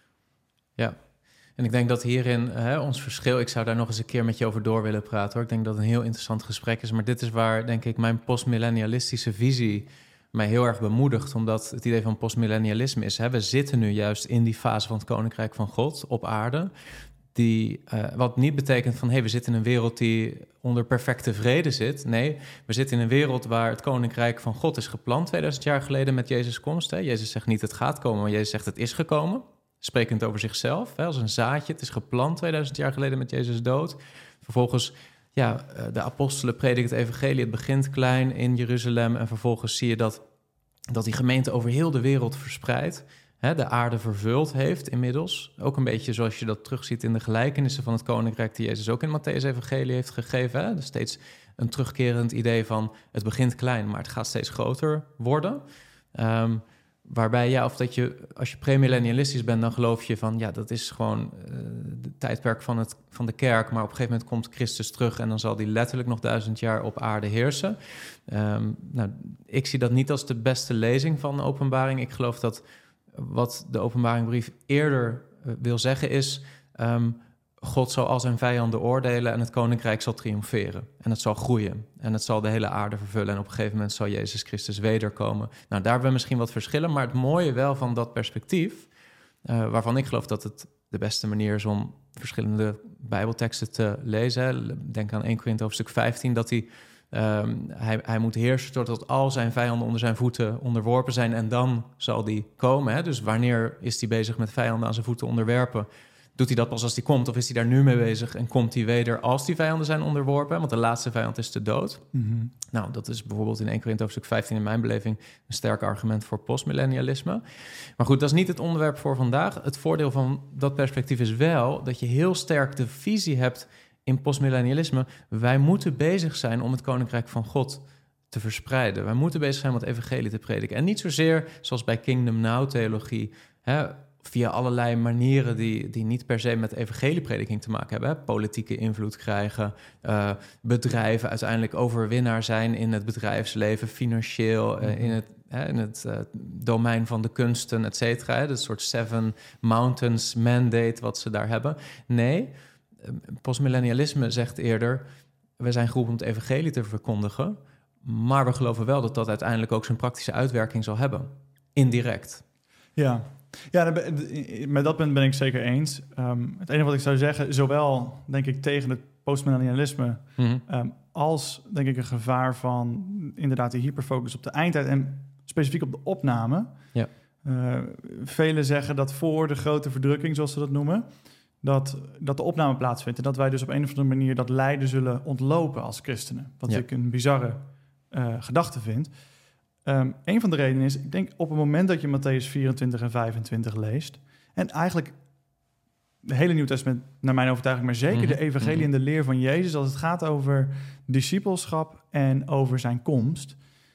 Ja, en ik denk dat hierin hè, ons verschil... Ik zou daar nog eens een keer met je over door willen praten, hoor. Ik denk dat het een heel interessant gesprek is. Maar dit is waar, denk ik, mijn postmillennialistische visie mij heel erg bemoedigt. Omdat het idee van postmillennialisme is... Hè, we zitten nu juist in die fase van het Koninkrijk van God op aarde... Die, uh, wat niet betekent van, hey, we zitten in een wereld die onder perfecte vrede zit. Nee, we zitten in een wereld waar het Koninkrijk van God is geplant tweeduizend jaar geleden met Jezus' komst. Hè. Jezus zegt niet het gaat komen, maar Jezus zegt het is gekomen. Sprekend over zichzelf, hè, als een zaadje. Het is geplant tweeduizend jaar geleden met Jezus' dood. Vervolgens, ja, de apostelen prediken het evangelie. Het begint klein in Jeruzalem en vervolgens zie je dat, dat die gemeente over heel de wereld verspreidt. He, de aarde vervuld heeft inmiddels. Ook een beetje zoals je dat terugziet in de gelijkenissen van het Koninkrijk... die Jezus ook in Mattheüs Evangelie heeft gegeven. Hè? Dus steeds een terugkerend idee van... het begint klein, maar het gaat steeds groter worden. Um, waarbij, ja, of dat je, als je premillennialistisch bent... dan geloof je van, ja, dat is gewoon uh, de tijdperk van, het, van de kerk... maar op een gegeven moment komt Christus terug... en dan zal die letterlijk nog duizend jaar op aarde heersen. Um, nou, ik zie dat niet als de beste lezing van de openbaring. Ik geloof dat... Wat de openbaringbrief eerder uh, wil zeggen is... Um, God zal al zijn vijanden oordelen en het koninkrijk zal triomferen. En het zal groeien en het zal de hele aarde vervullen. En op een gegeven moment zal Jezus Christus wederkomen. Nou, daar hebben we misschien wat verschillen. Maar het mooie wel van dat perspectief... Uh, waarvan ik geloof dat het de beste manier is om verschillende bijbelteksten te lezen. Denk aan Eerste Korinthe hoofdstuk vijftien, dat hij... Um, hij, hij moet heersen totdat al zijn vijanden onder zijn voeten onderworpen zijn... en dan zal die komen. Hè? Dus wanneer is hij bezig met vijanden aan zijn voeten onderwerpen? Doet hij dat pas als hij komt of is hij daar nu mee bezig... en komt hij weder als die vijanden zijn onderworpen? Want de laatste vijand is de dood. Mm-hmm. Nou, dat is bijvoorbeeld in Eerste Korinthe hoofdstuk vijftien... in mijn beleving een sterk argument voor postmillennialisme. Maar goed, dat is niet het onderwerp voor vandaag. Het voordeel van dat perspectief is wel... dat je heel sterk de visie hebt... in postmillennialisme, wij moeten bezig zijn om het Koninkrijk van God te verspreiden. Wij moeten bezig zijn om het evangelie te prediken. En niet zozeer zoals bij Kingdom Now-theologie, hè, via allerlei manieren die, die niet per se met evangelieprediking te maken hebben. Hè. Politieke invloed krijgen, uh, bedrijven uiteindelijk overwinnaar zijn in het bedrijfsleven, financieel, uh, in het, hè, in het uh, domein van de kunsten, et cetera. Dat soort Seven Mountains mandate wat ze daar hebben. Nee, postmillennialisme zegt eerder... we zijn geroepen om het evangelie te verkondigen... maar we geloven wel dat dat uiteindelijk ook zijn praktische uitwerking zal hebben. Indirect. Ja, ja met dat punt ben ik zeker eens. Um, het enige wat ik zou zeggen, zowel denk ik tegen het postmillennialisme... Mm-hmm. Um, als denk ik een gevaar van inderdaad die hyperfocus op de eindtijd... en specifiek op de opname. Ja. Uh, velen zeggen dat voor de grote verdrukking, zoals ze dat noemen... Dat, dat de opname plaatsvindt en dat wij dus op een of andere manier dat lijden zullen ontlopen als christenen. Wat ja. ik een bizarre uh, gedachte vind. Um, een van de redenen is, ik denk op het moment dat je Mattheüs vierentwintig en vijfentwintig leest... en eigenlijk de hele Nieuw Testament, naar mijn overtuiging... maar zeker mm-hmm. de evangelie mm-hmm. en de leer van Jezus... als het gaat over discipelschap en over zijn komst...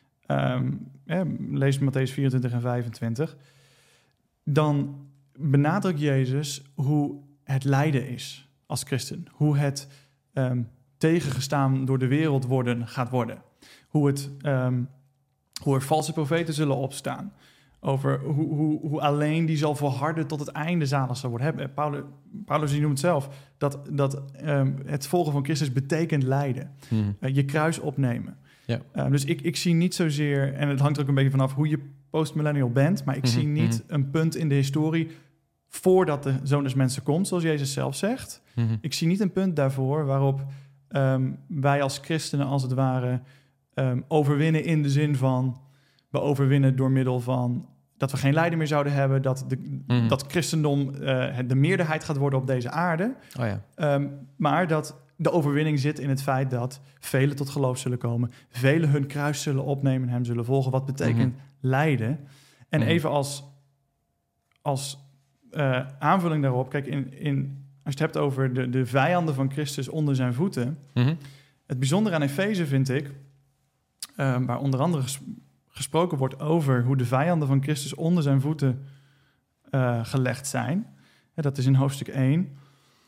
Um, eh, lees Mattheüs vierentwintig en vijfentwintig... dan benadrukt Jezus hoe... het lijden is als christen. Hoe het um, tegengestaan door de wereld worden gaat worden. Hoe, het, um, hoe er valse profeten zullen opstaan. Over hoe, hoe, hoe alleen die zal volharden tot het einde zalig zal worden. Paulus, Paulus die noemt het zelf. Dat, dat um, het volgen van Christus betekent lijden. Hmm. Uh, je kruis opnemen. Ja. Uh, dus ik, ik zie niet zozeer... en het hangt er ook een beetje vanaf hoe je postmillennial bent... maar ik mm-hmm. zie niet mm-hmm. een punt in de historie... voordat de Zoon des Mensen komt, zoals Jezus zelf zegt. Mm-hmm. Ik zie niet een punt daarvoor waarop um, wij als christenen als het ware um, overwinnen in de zin van... we overwinnen door middel van dat we geen lijden meer zouden hebben... dat, de, mm. dat christendom uh, de meerderheid gaat worden op deze aarde. Oh ja. um, maar dat de overwinning zit in het feit dat velen tot geloof zullen komen... velen hun kruis zullen opnemen en hem zullen volgen. Wat betekent mm-hmm. lijden? En mm-hmm. even als, als uh, aanvulling daarop... kijk, in, in, als je het hebt over de, de vijanden van Christus onder zijn voeten... Mm-hmm. het bijzondere aan Efeze vind ik... Uh, waar onder andere ges- gesproken wordt over... hoe de vijanden van Christus onder zijn voeten uh, gelegd zijn. Ja, dat is in hoofdstuk één...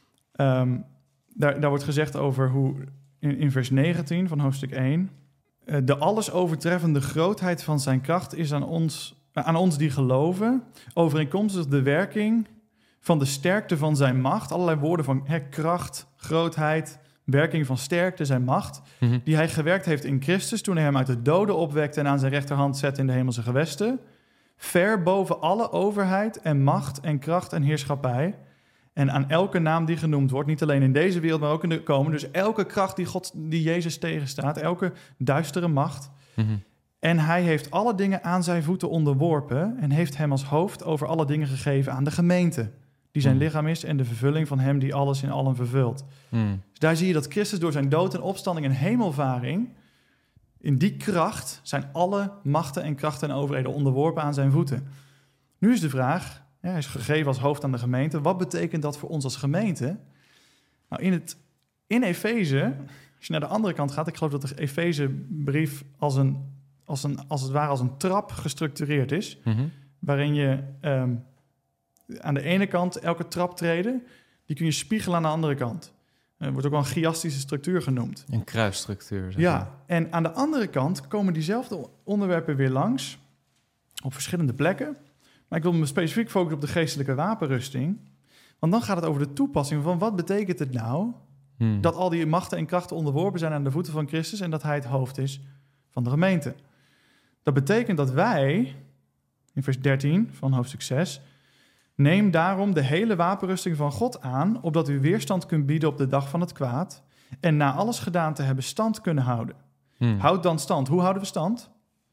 Um, Daar, daar wordt gezegd over hoe, in, in vers negentien van hoofdstuk één... Uh, de alles overtreffende grootheid van zijn kracht is aan ons, uh, aan ons die geloven... overeenkomstig de werking van de sterkte van zijn macht... allerlei woorden van he, kracht, grootheid, werking van sterkte, zijn macht... Mm-hmm. die hij gewerkt heeft in Christus... toen hij hem uit de doden opwekte en aan zijn rechterhand zette in de hemelse gewesten... ver boven alle overheid en macht en kracht en heerschappij... En aan elke naam die genoemd wordt, niet alleen in deze wereld, maar ook in de komende. Dus elke kracht die, God, die Jezus tegenstaat, elke duistere macht. Mm-hmm. En hij heeft alle dingen aan zijn voeten onderworpen en heeft hem als hoofd over alle dingen gegeven aan de gemeente. Die zijn mm. lichaam is en de vervulling van hem die alles in allen vervult. Mm. Dus daar zie je dat Christus door zijn dood en opstanding en hemelvaring, in die kracht zijn alle machten en krachten en overheden onderworpen aan zijn voeten. Nu is de vraag... Ja, hij is gegeven als hoofd aan de gemeente. Wat betekent dat voor ons als gemeente? Nou, in, het, in Efeze, als je naar de andere kant gaat... ik geloof dat de Efezebrief als, een, als, een, als het ware als een trap gestructureerd is... Mm-hmm. waarin je um, aan de ene kant elke traptreden... die kun je spiegelen aan de andere kant. Er wordt ook wel een chiastische structuur genoemd. Een kruisstructuur. Zeg ja, maar. En aan de andere kant komen diezelfde onderwerpen weer langs... op verschillende plekken... Maar ik wil me specifiek focussen op de geestelijke wapenrusting. Want dan gaat het over de toepassing van wat betekent het nou... Hmm. dat al die machten en krachten onderworpen zijn aan de voeten van Christus... en dat hij het hoofd is van de gemeente. Dat betekent dat wij, in vers dertien van hoofdstuk zes... neem daarom de hele wapenrusting van God aan... opdat u weerstand kunt bieden op de dag van het kwaad... en na alles gedaan te hebben stand kunnen houden. Hmm. Houd dan stand. Hoe houden we stand?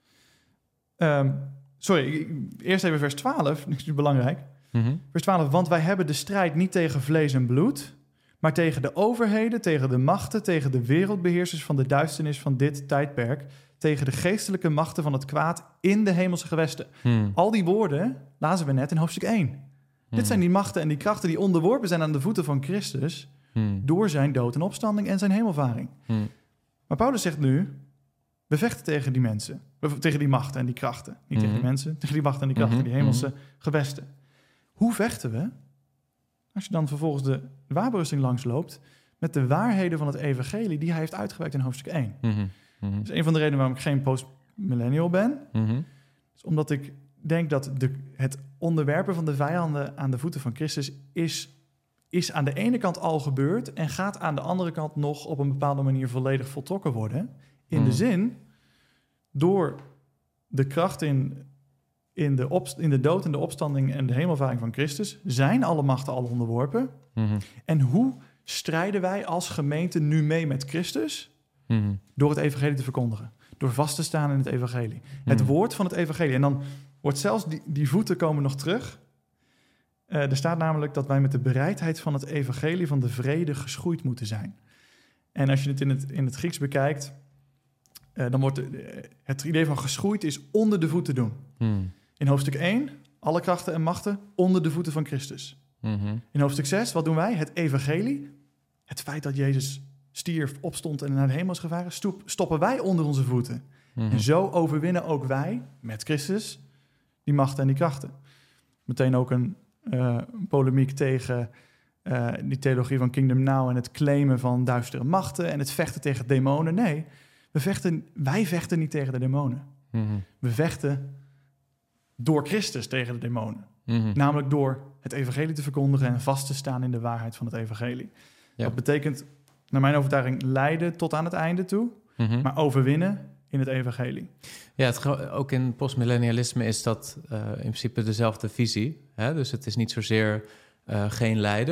Um, Sorry, eerst even vers twaalf, dat is belangrijk. Mm-hmm. Vers twaalf, want wij hebben de strijd niet tegen vlees en bloed... maar tegen de overheden, tegen de machten... tegen de wereldbeheersers van de duisternis van dit tijdperk... tegen de geestelijke machten van het kwaad in de hemelse gewesten. Mm. Al die woorden lazen we net in hoofdstuk één. Mm. Dit zijn die machten en die krachten die onderworpen zijn aan de voeten van Christus... Mm. door zijn dood en opstanding en zijn hemelvaring. Mm. Maar Paulus zegt nu... we vechten tegen die mensen, tegen die machten en die krachten. Niet mm-hmm. tegen die mensen, tegen die machten en die krachten, mm-hmm. die hemelse gewesten. Hoe vechten we? Als je dan vervolgens de wapenrusting langsloopt... met de waarheden van het evangelie die hij heeft uitgewerkt in hoofdstuk één. Mm-hmm. Mm-hmm. Dat is een van de redenen waarom ik geen postmillennial ben. Mm-hmm. Is omdat ik denk dat de, het onderwerpen van de vijanden aan de voeten van Christus... Is, is aan de ene kant al gebeurd... en gaat aan de andere kant nog op een bepaalde manier volledig voltrokken worden... In de zin, door de kracht in, in, de opst- in de dood en de opstanding en de hemelvaring van Christus... zijn alle machten al onderworpen. Mm-hmm. En hoe strijden wij als gemeente nu mee met Christus? Mm-hmm. Door het evangelie te verkondigen. Door vast te staan in het evangelie. Mm-hmm. Het woord van het evangelie. En dan wordt zelfs die, die voeten komen nog terug. Uh, er staat namelijk dat wij met de bereidheid van het evangelie van de vrede geschoeid moeten zijn. En als je het in het, in het Grieks bekijkt... Uh, dan wordt de, het idee van geschoeid is onder de voeten doen. Mm. In hoofdstuk één, alle krachten en machten onder de voeten van Christus. Mm-hmm. In hoofdstuk zes, wat doen wij? Het evangelie, het feit dat Jezus stierf, opstond en naar de hemel is gevaren, stoep, stoppen wij onder onze voeten. Mm-hmm. En zo overwinnen ook wij, met Christus, die machten en die krachten. Meteen ook een uh, polemiek tegen uh, die theologie van Kingdom Now en het claimen van duistere machten en het vechten tegen demonen. Nee, we vechten, wij vechten niet tegen de demonen. Mm-hmm. We vechten door Christus tegen de demonen. Mm-hmm. Namelijk door het evangelie te verkondigen en vast te staan in de waarheid van het evangelie. Ja. Dat betekent, naar mijn overtuiging, lijden tot aan het einde toe, mm-hmm. maar overwinnen in het evangelie. Ja, het, ook in postmillennialisme is dat uh, in principe dezelfde visie. Hè? Dus het is niet zozeer uh, geen lijden,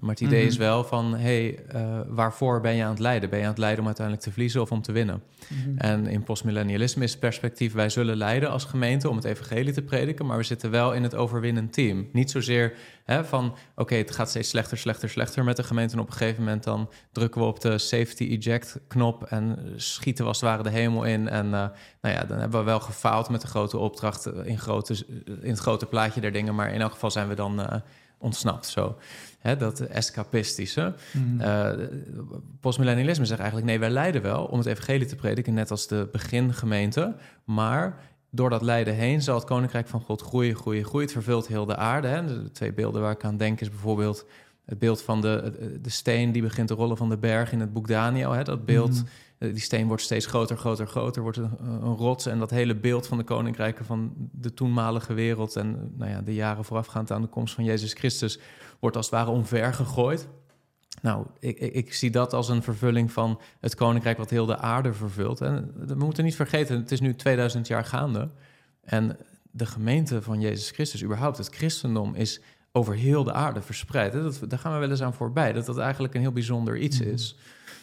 Maar het idee Mm-hmm. is wel van, hey, uh, waarvoor ben je aan het lijden? Ben je aan het lijden om uiteindelijk te verliezen of om te winnen? Mm-hmm. En in postmillennialisme is het perspectief, wij zullen lijden als gemeente om het evangelie te prediken, maar we zitten wel in het overwinnend team. Niet zozeer hè, van, oké, okay, het gaat steeds slechter, slechter, slechter met de gemeente en op een gegeven moment dan drukken we op de safety eject knop en schieten we als het ware de hemel in. En uh, nou ja, dan hebben we wel gefaald met de grote opdracht in, grote, in het grote plaatje der dingen, maar in elk geval zijn we dan uh, ontsnapt. Zo. Hè, dat escapistische. Mm. Uh, postmillennialisme zegt eigenlijk, nee, wij lijden wel om het evangelie te prediken, net als de begingemeente, maar door dat lijden heen zal het koninkrijk van God groeien, groeien, groeien. Het vervult heel de aarde. Hè. De twee beelden waar ik aan denk is bijvoorbeeld het beeld van de, de steen die begint te rollen van de berg in het boek Daniel. Hè. Dat beeld, mm. die steen wordt steeds groter, groter, groter, wordt een, een rots. En dat hele beeld van de koninkrijken van de toenmalige wereld en nou ja, de jaren voorafgaand aan de komst van Jezus Christus wordt als het ware omver gegooid. Nou, ik, ik, ik zie dat als een vervulling van het koninkrijk wat heel de aarde vervult. En we moeten niet vergeten, het is nu tweeduizend jaar gaande. En de gemeente van Jezus Christus, überhaupt het christendom, is over heel de aarde verspreid. Dat, daar gaan we wel eens aan voorbij, dat dat eigenlijk een heel bijzonder iets is.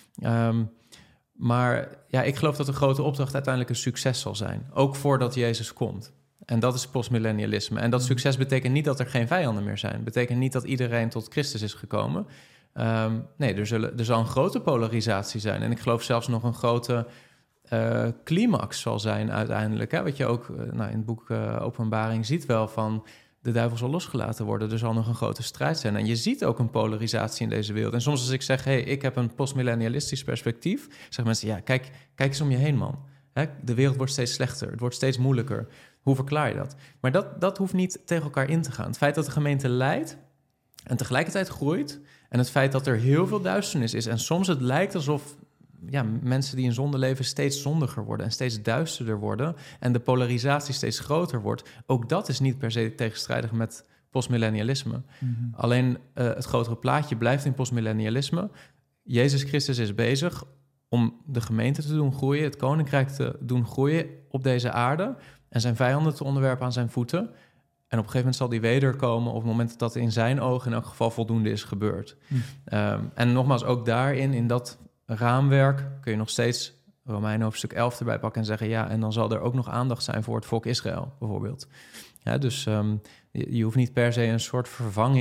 Um, maar ja, ik geloof dat de grote opdracht uiteindelijk een succes zal zijn. Ook voordat Jezus komt. En dat is postmillennialisme. En dat succes betekent niet dat er geen vijanden meer zijn. Het betekent niet dat iedereen tot Christus is gekomen. Um, nee, er, zullen, er zal een grote polarisatie zijn. En ik geloof zelfs nog een grote uh, climax zal zijn uiteindelijk. Hè? Wat je ook uh, nou, in het boek uh, Openbaring ziet wel van de duivel zal losgelaten worden. Er zal nog een grote strijd zijn. En je ziet ook een polarisatie in deze wereld. En soms als ik zeg, hey, ik heb een postmillennialistisch perspectief, zeggen mensen, ja, kijk, kijk eens om je heen, man. Hè? De wereld wordt steeds slechter. Het wordt steeds moeilijker. Hoe verklaar je dat? Maar dat, dat hoeft niet tegen elkaar in te gaan. Het feit dat de gemeente lijdt en tegelijkertijd groeit, en het feit dat er heel veel duisternis is en soms het lijkt alsof ja, mensen die in zonde leven steeds zondiger worden en steeds duisterder worden en de polarisatie steeds groter wordt, ook dat is niet per se tegenstrijdig met postmillennialisme. Mm-hmm. Alleen uh, het grotere plaatje blijft in postmillennialisme. Jezus Christus is bezig om de gemeente te doen groeien, het koninkrijk te doen groeien op deze aarde en zijn vijanden te onderwerpen aan zijn voeten. En op een gegeven moment zal die wederkomen op het moment dat dat in zijn ogen in elk geval voldoende is gebeurd. Hm. Um, en nogmaals, ook daarin, in dat raamwerk, kun je nog steeds Romeinen hoofdstuk elf erbij pakken en zeggen, ja, en dan zal er ook nog aandacht zijn voor het volk Israël, bijvoorbeeld. Ja, dus um, je, je hoeft niet per se een soort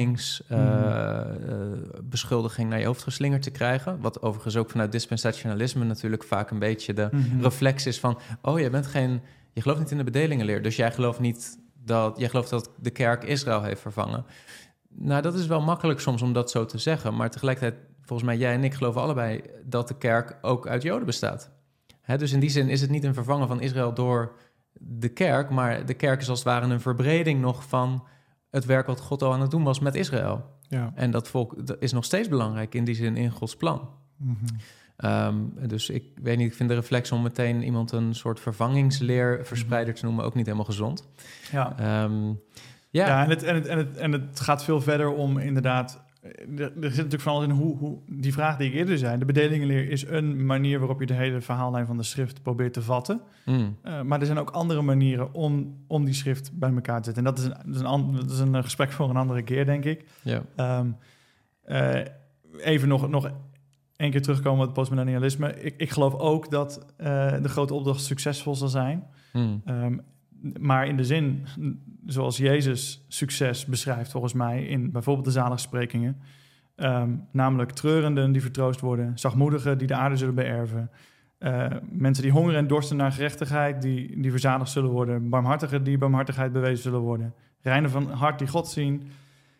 vervangingsbeschuldiging uh, uh, naar je hoofd geslingerd te krijgen, wat overigens ook vanuit dispensationalisme natuurlijk vaak een beetje de mm-hmm. reflex is van, oh, je bent geen, je gelooft niet in de bedelingenleer, dus jij gelooft niet dat jij gelooft dat de kerk Israël heeft vervangen. Nou, dat is wel makkelijk soms om dat zo te zeggen, maar tegelijkertijd, volgens mij, jij en ik geloven allebei dat de kerk ook uit Joden bestaat. Hè, dus in die zin is het niet een vervangen van Israël door de kerk, maar de kerk is als het ware een verbreding nog van het werk wat God al aan het doen was met Israël. Ja. En dat volk dat is nog steeds belangrijk in die zin in Gods plan. Mm-hmm. Um, dus ik weet niet, ik vind de reflex om meteen iemand een soort vervangingsleerverspreider te noemen ook niet helemaal gezond. Ja, um, ja. ja en, het, en, het, en, het, en het gaat veel verder om inderdaad. Er, er zit natuurlijk van alles in hoe, hoe die vraag die ik eerder zei. De bedelingenleer is een manier waarop je de hele verhaallijn van de schrift probeert te vatten. Mm. Uh, maar er zijn ook andere manieren om, om die schrift bij elkaar te zetten. En dat is een, dat is een, dat is een gesprek voor een andere keer, denk ik. Ja. Um, uh, even nog. nog Eén keer terugkomen op het postmillennialisme. Ik, ik geloof ook dat uh, de grote opdracht succesvol zal zijn. Mm. Um, maar in de zin, zoals Jezus succes beschrijft volgens mij in bijvoorbeeld de zaligsprekingen. Um, namelijk treurenden die vertroost worden, zachtmoedigen die de aarde zullen beërven. Uh, mensen die hongeren en dorsten naar gerechtigheid, die, die verzadigd zullen worden. Barmhartigen die barmhartigheid bewezen zullen worden. Reinen van hart die God zien.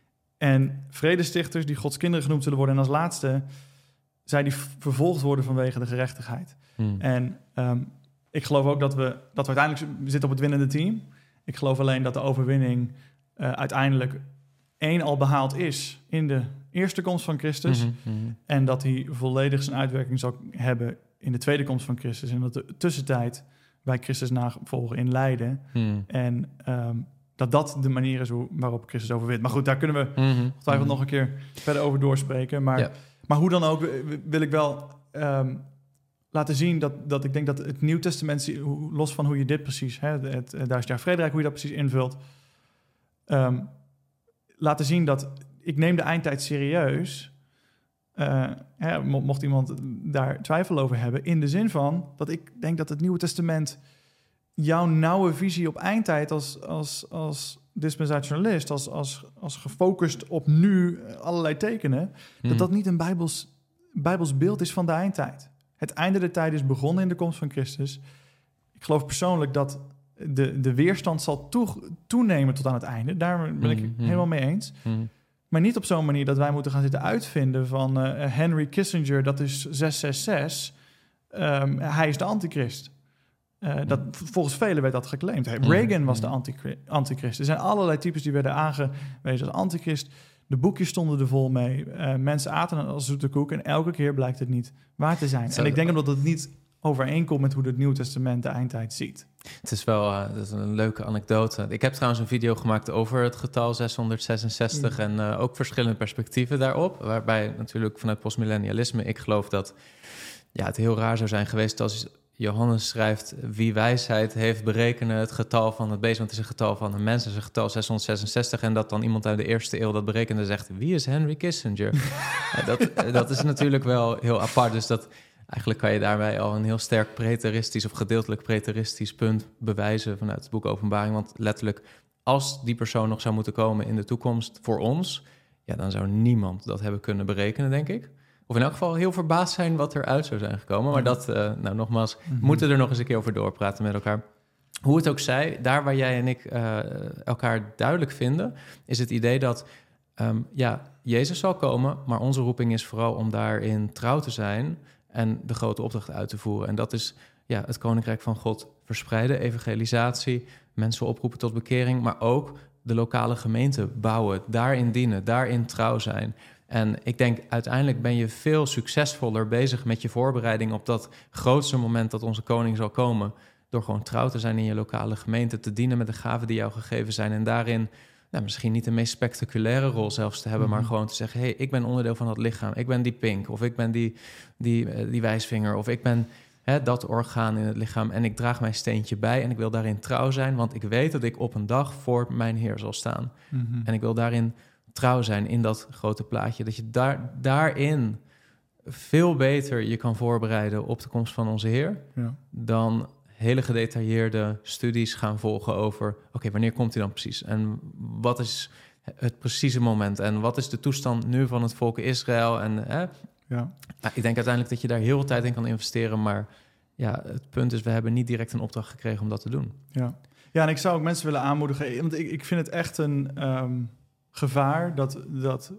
En vredestichters die Gods kinderen genoemd zullen worden. En als laatste zij die vervolgd worden vanwege de gerechtigheid. Hmm. En um, ik geloof ook dat we, dat we uiteindelijk zitten op het winnende team. Ik geloof alleen dat de overwinning uh, uiteindelijk één al behaald is in de eerste komst van Christus. Mm-hmm, mm-hmm. En dat hij volledig zijn uitwerking zal hebben in de tweede komst van Christus. En dat de tussentijd wij Christus navolgen in lijden. Mm. En um, dat dat de manier is hoe, waarop Christus overwint. Maar goed, daar kunnen we mm-hmm, ongetwijfeld mm-hmm. nog een keer verder over doorspreken. Maar... Ja. Maar hoe dan ook wil ik wel um, laten zien dat, dat ik denk dat het Nieuw Testament, los van hoe je dit precies, hè, het, het duizend jaar vrederijk, hoe je dat precies invult, um, laten zien dat ik neem de eindtijd serieus. Uh, hè, mocht iemand daar twijfel over hebben, in de zin van dat ik denk dat het Nieuwe Testament jouw nauwe visie op eindtijd als, als, als dispensationalist, als, als, als gefocust op nu allerlei tekenen, mm. dat dat niet een Bijbels, Bijbels beeld is van de eindtijd. Het einde der tijd is begonnen in de komst van Christus. Ik geloof persoonlijk dat de, de weerstand zal toe, toenemen tot aan het einde. Daar ben ik mm. helemaal mee eens. Mm. Maar niet op zo'n manier dat wij moeten gaan zitten uitvinden van uh, Henry Kissinger, dat is zes zes zes. Um, hij is de antichrist. Uh, dat, volgens velen werd dat geclaimd. Hey, Reagan was de antichrist. antichrist. Er zijn allerlei types die werden aangewezen als antichrist. De boekjes stonden er vol mee. Uh, mensen aten het als zoete koek en elke keer blijkt het niet waar te zijn. En ik denk omdat het niet overeenkomt met hoe het Nieuw Testament de eindtijd ziet. Het is wel uh, dat is een leuke anekdote. Ik heb trouwens een video gemaakt over het getal zeshonderdzesenzestig... Mm. en uh, ook verschillende perspectieven daarop. Waarbij natuurlijk vanuit postmillennialisme ik geloof dat ja, het heel raar zou zijn geweest als Johannes schrijft wie wijsheid heeft berekenen het getal van het beest, want het is een getal van een mens, het is een getal zeshonderdzesenzestig, en dat dan iemand uit de eerste eeuw dat berekende zegt, wie is Henry Kissinger? ja, dat, dat is natuurlijk wel heel apart, dus dat eigenlijk kan je daarbij al een heel sterk preteristisch of gedeeltelijk preteristisch punt bewijzen vanuit het boek Openbaring, want letterlijk als die persoon nog zou moeten komen in de toekomst voor ons, ja, dan zou niemand dat hebben kunnen berekenen, denk ik. Of in elk geval heel verbaasd zijn wat eruit zou zijn gekomen. Maar dat, uh, nou nogmaals, mm-hmm. moeten er nog eens een keer over doorpraten met elkaar. Hoe het ook zij, daar waar jij en ik uh, elkaar duidelijk vinden, is het idee dat, um, ja, Jezus zal komen, maar onze roeping is vooral om daarin trouw te zijn en de grote opdracht uit te voeren. En dat is ja, het Koninkrijk van God verspreiden, evangelisatie, mensen oproepen tot bekering, maar ook de lokale gemeente bouwen, daarin dienen, daarin trouw zijn. En ik denk, uiteindelijk ben je veel succesvoller bezig met je voorbereiding op dat grootste moment dat onze koning zal komen, door gewoon trouw te zijn in je lokale gemeente, te dienen met de gaven die jou gegeven zijn en daarin nou, misschien niet de meest spectaculaire rol zelfs te hebben, mm-hmm. maar gewoon te zeggen, hey, ik ben onderdeel van dat lichaam, ik ben die pink, of ik ben die, die, uh, die wijsvinger, of ik ben hè, dat orgaan in het lichaam en ik draag mijn steentje bij en ik wil daarin trouw zijn, want ik weet dat ik op een dag voor mijn Heer zal staan. Mm-hmm. En ik wil daarin trouw zijn in dat grote plaatje. Dat je daar, daarin veel beter je kan voorbereiden op de komst van onze Heer, ja. dan hele gedetailleerde studies gaan volgen over, oké, okay, wanneer komt hij dan precies? En wat is het precieze moment? En wat is de toestand nu van het volk Israël? En hè? Ja. Nou, ik denk uiteindelijk dat je daar heel veel tijd in kan investeren, maar ja, het punt is, we hebben niet direct een opdracht gekregen om dat te doen. Ja, ja en ik zou ook mensen willen aanmoedigen, want ik, ik vind het echt een Um... gevaar dat, dat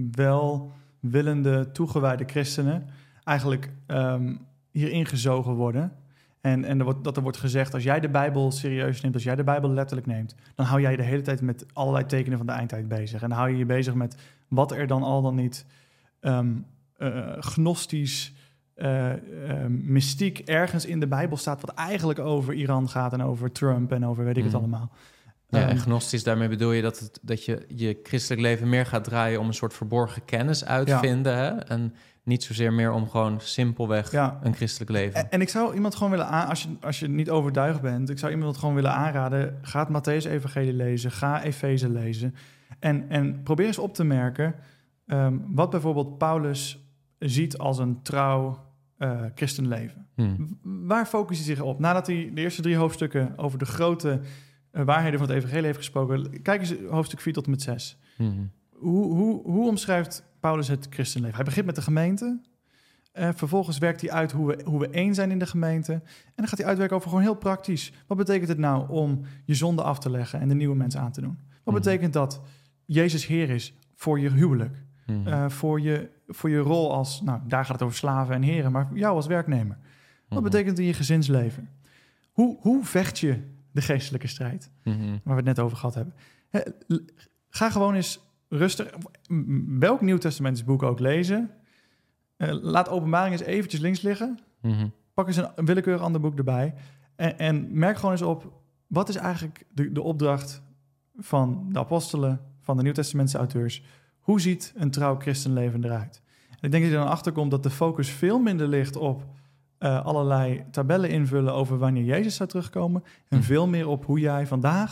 welwillende, toegewijde christenen eigenlijk um, hierin gezogen worden. En, en er wordt, dat er wordt gezegd, als jij de Bijbel serieus neemt, als jij de Bijbel letterlijk neemt, dan hou jij je de hele tijd met allerlei tekenen van de eindtijd bezig. En dan hou je je bezig met wat er dan al dan niet um, uh, gnostisch, uh, uh, mystiek ergens in de Bijbel staat, wat eigenlijk over Iran gaat en over Trump en over weet ik mm. het allemaal. Ja, en gnostisch, daarmee bedoel je dat, het, dat je je christelijk leven meer gaat draaien om een soort verborgen kennis uitvinden. Ja. Hè? En niet zozeer meer om gewoon simpelweg ja. een christelijk leven. En, en ik zou iemand gewoon willen aan, als je, als je niet overtuigd bent, ik zou iemand gewoon willen aanraden, ga het Mattheüs-evangelie lezen, ga Efeze lezen. En, en probeer eens op te merken um, wat bijvoorbeeld Paulus ziet als een trouw uh, christenleven. Hmm. Waar focust hij zich op? Nadat hij de eerste drie hoofdstukken over de grote Uh, waarheden van het evangelie heeft gesproken, kijk eens hoofdstuk vier tot en met zes. Mm-hmm. Hoe, hoe, hoe omschrijft Paulus het christenleven? Hij begint met de gemeente. Uh, vervolgens werkt hij uit hoe we, hoe we één zijn in de gemeente. En dan gaat hij uitwerken over gewoon heel praktisch. Wat betekent het nou om je zonde af te leggen en de nieuwe mens aan te doen? Wat mm-hmm. betekent dat Jezus Heer is voor je huwelijk? Mm-hmm. Uh, voor, je, voor je rol als, nou, daar gaat het over slaven en heren, maar voor jou als werknemer. Wat mm-hmm. betekent het in je gezinsleven? Hoe, hoe vecht je de geestelijke strijd, mm-hmm. waar we het net over gehad hebben? He, ga gewoon eens rustig, welk Nieuw Testamentisch boek ook lezen. Uh, laat Openbaring eens eventjes links liggen. Mm-hmm. Pak eens een, een willekeurig ander boek erbij. En, en merk gewoon eens op, wat is eigenlijk de, de opdracht van de apostelen, van de Nieuw Testamentische auteurs? Hoe ziet een trouw christenleven eruit? En ik denk dat je dan achterkomt dat de focus veel minder ligt op Uh, allerlei tabellen invullen over wanneer Jezus zou terugkomen. En veel meer op hoe jij vandaag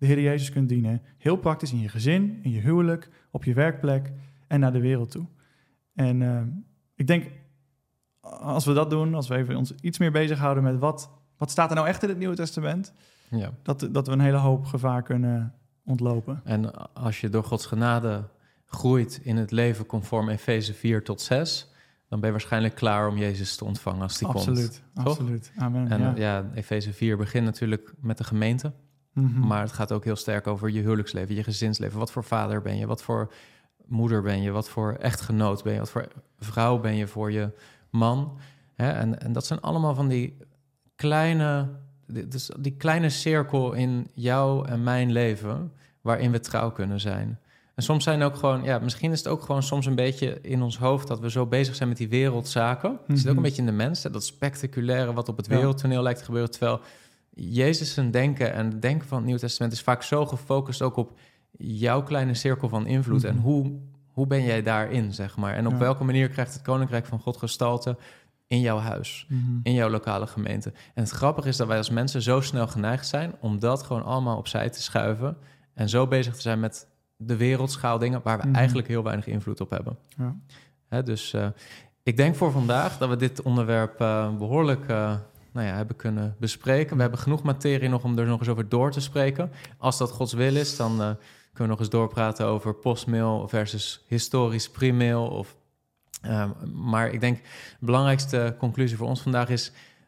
de Heer Jezus kunt dienen. Heel praktisch in je gezin, in je huwelijk, op je werkplek en naar de wereld toe. En uh, ik denk, als we dat doen, als we even ons iets meer bezighouden met wat, wat staat er nou echt in het Nieuwe Testament, ja. dat, dat we een hele hoop gevaar kunnen ontlopen. En als je door Gods genade groeit in het leven conform Efeze vier tot zes, dan ben je waarschijnlijk klaar om Jezus te ontvangen als die absoluut, komt. Absoluut, amen. En ja, ja Efeze vier begint natuurlijk met de gemeente, mm-hmm. maar het gaat ook heel sterk over je huwelijksleven, je gezinsleven. Wat voor vader ben je? Wat voor moeder ben je? Wat voor echtgenoot ben je? Wat voor vrouw ben je voor je man? Hè? En, en dat zijn allemaal van die kleine, dus die kleine cirkel in jou en mijn leven waarin we trouw kunnen zijn. En soms zijn ook gewoon, ja, misschien is het ook gewoon soms een beetje in ons hoofd dat we zo bezig zijn met die wereldzaken. Het mm-hmm. zit ook een beetje in de mens, hè, dat spectaculaire wat op het wereldtoneel ja. lijkt te gebeuren. Terwijl Jezus zijn denken en het denken van het Nieuwe Testament is vaak zo gefocust ook op jouw kleine cirkel van invloed. Mm-hmm. En hoe, hoe ben jij daarin, zeg maar? En op ja. welke manier krijgt het Koninkrijk van God gestalte in jouw huis, mm-hmm. in jouw lokale gemeente? En het grappige is dat wij als mensen zo snel geneigd zijn om dat gewoon allemaal opzij te schuiven en zo bezig te zijn met de wereldschaal dingen waar we mm-hmm. eigenlijk heel weinig invloed op hebben. Ja. Hè, dus uh, ik denk voor vandaag dat we dit onderwerp uh, behoorlijk uh, nou ja, hebben kunnen bespreken. We hebben genoeg materie nog om er nog eens over door te spreken. Als dat Gods wil is, dan uh, kunnen we nog eens doorpraten over postmail versus historisch pre-mail. Of, uh, maar ik denk de belangrijkste conclusie voor ons vandaag is: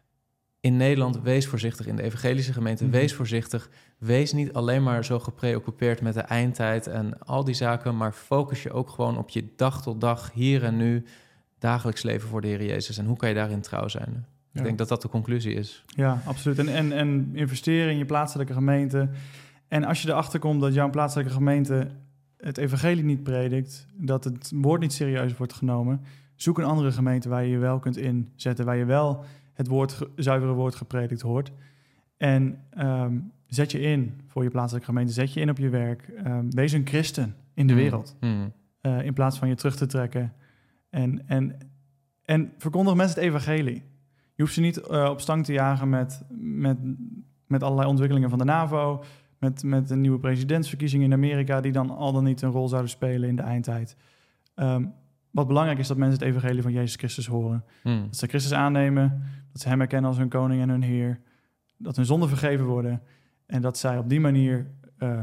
in Nederland, wees voorzichtig. In de evangelische gemeente, mm-hmm. wees voorzichtig. Wees niet alleen maar zo gepreoccupeerd met de eindtijd en al die zaken, maar focus je ook gewoon op je dag tot dag, hier en nu, dagelijks leven voor de Heer Jezus. En hoe kan je daarin trouw zijn? Ja. Ik denk dat dat de conclusie is. Ja, absoluut. En, en, en investeren in je plaatselijke gemeente. En als je erachter komt dat jouw plaatselijke gemeente het evangelie niet predikt, dat het woord niet serieus wordt genomen, zoek een andere gemeente waar je je wel kunt inzetten, waar je wel het woord, zuivere woord gepredikt hoort. En um, zet je in voor je plaatselijke gemeente. Zet je in op je werk. Um, wees een christen in de mm. wereld. Mm. Uh, in plaats van je terug te trekken. En, en, en verkondig mensen het evangelie. Je hoeft ze niet uh, op stang te jagen met, met, met allerlei ontwikkelingen van de NAVO. Met, met een nieuwe presidentsverkiezingen in Amerika die dan al dan niet een rol zouden spelen in de eindtijd. Um, wat belangrijk is dat mensen het evangelie van Jezus Christus horen. Mm. Dat ze Christus aannemen. Dat ze hem erkennen als hun koning en hun heer. Dat hun zonden vergeven worden. En dat zij op die manier uh,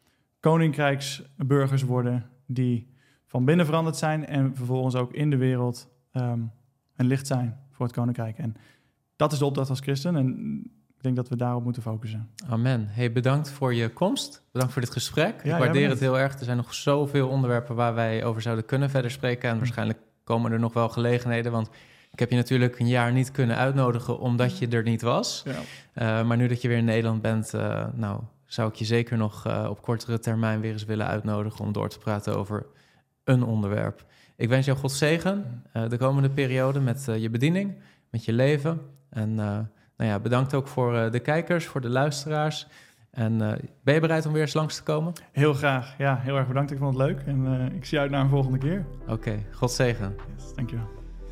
koninkrijksburgers worden die van binnen veranderd zijn en vervolgens ook in de wereld um, een licht zijn voor het koninkrijk. En dat is de opdracht als christen en ik denk dat we daarop moeten focussen. Amen. Hey, bedankt voor je komst. Bedankt voor dit gesprek. Ja, ik waardeer het heel erg. Er zijn nog zoveel onderwerpen waar wij over zouden kunnen verder spreken en waarschijnlijk komen er nog wel gelegenheden, want ik heb je natuurlijk een jaar niet kunnen uitnodigen omdat je er niet was. Ja. Uh, maar nu dat je weer in Nederland bent, uh, nou, zou ik je zeker nog uh, op kortere termijn weer eens willen uitnodigen om door te praten over een onderwerp. Ik wens jou God zegen uh, de komende periode met uh, je bediening, met je leven. En uh, nou ja, bedankt ook voor uh, de kijkers, voor de luisteraars. En uh, ben je bereid om weer eens langs te komen? Heel graag. Ja, heel erg bedankt. Ik vond het leuk. En uh, ik zie uit naar een volgende keer. Oké, okay. God zegen. Yes, dankjewel.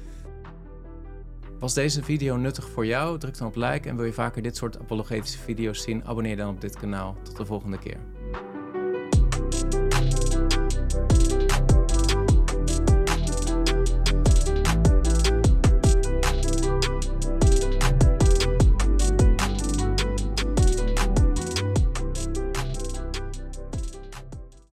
Was deze video nuttig voor jou? Druk dan op like en wil je vaker dit soort apologetische video's zien? Abonneer dan op dit kanaal. Tot de volgende keer.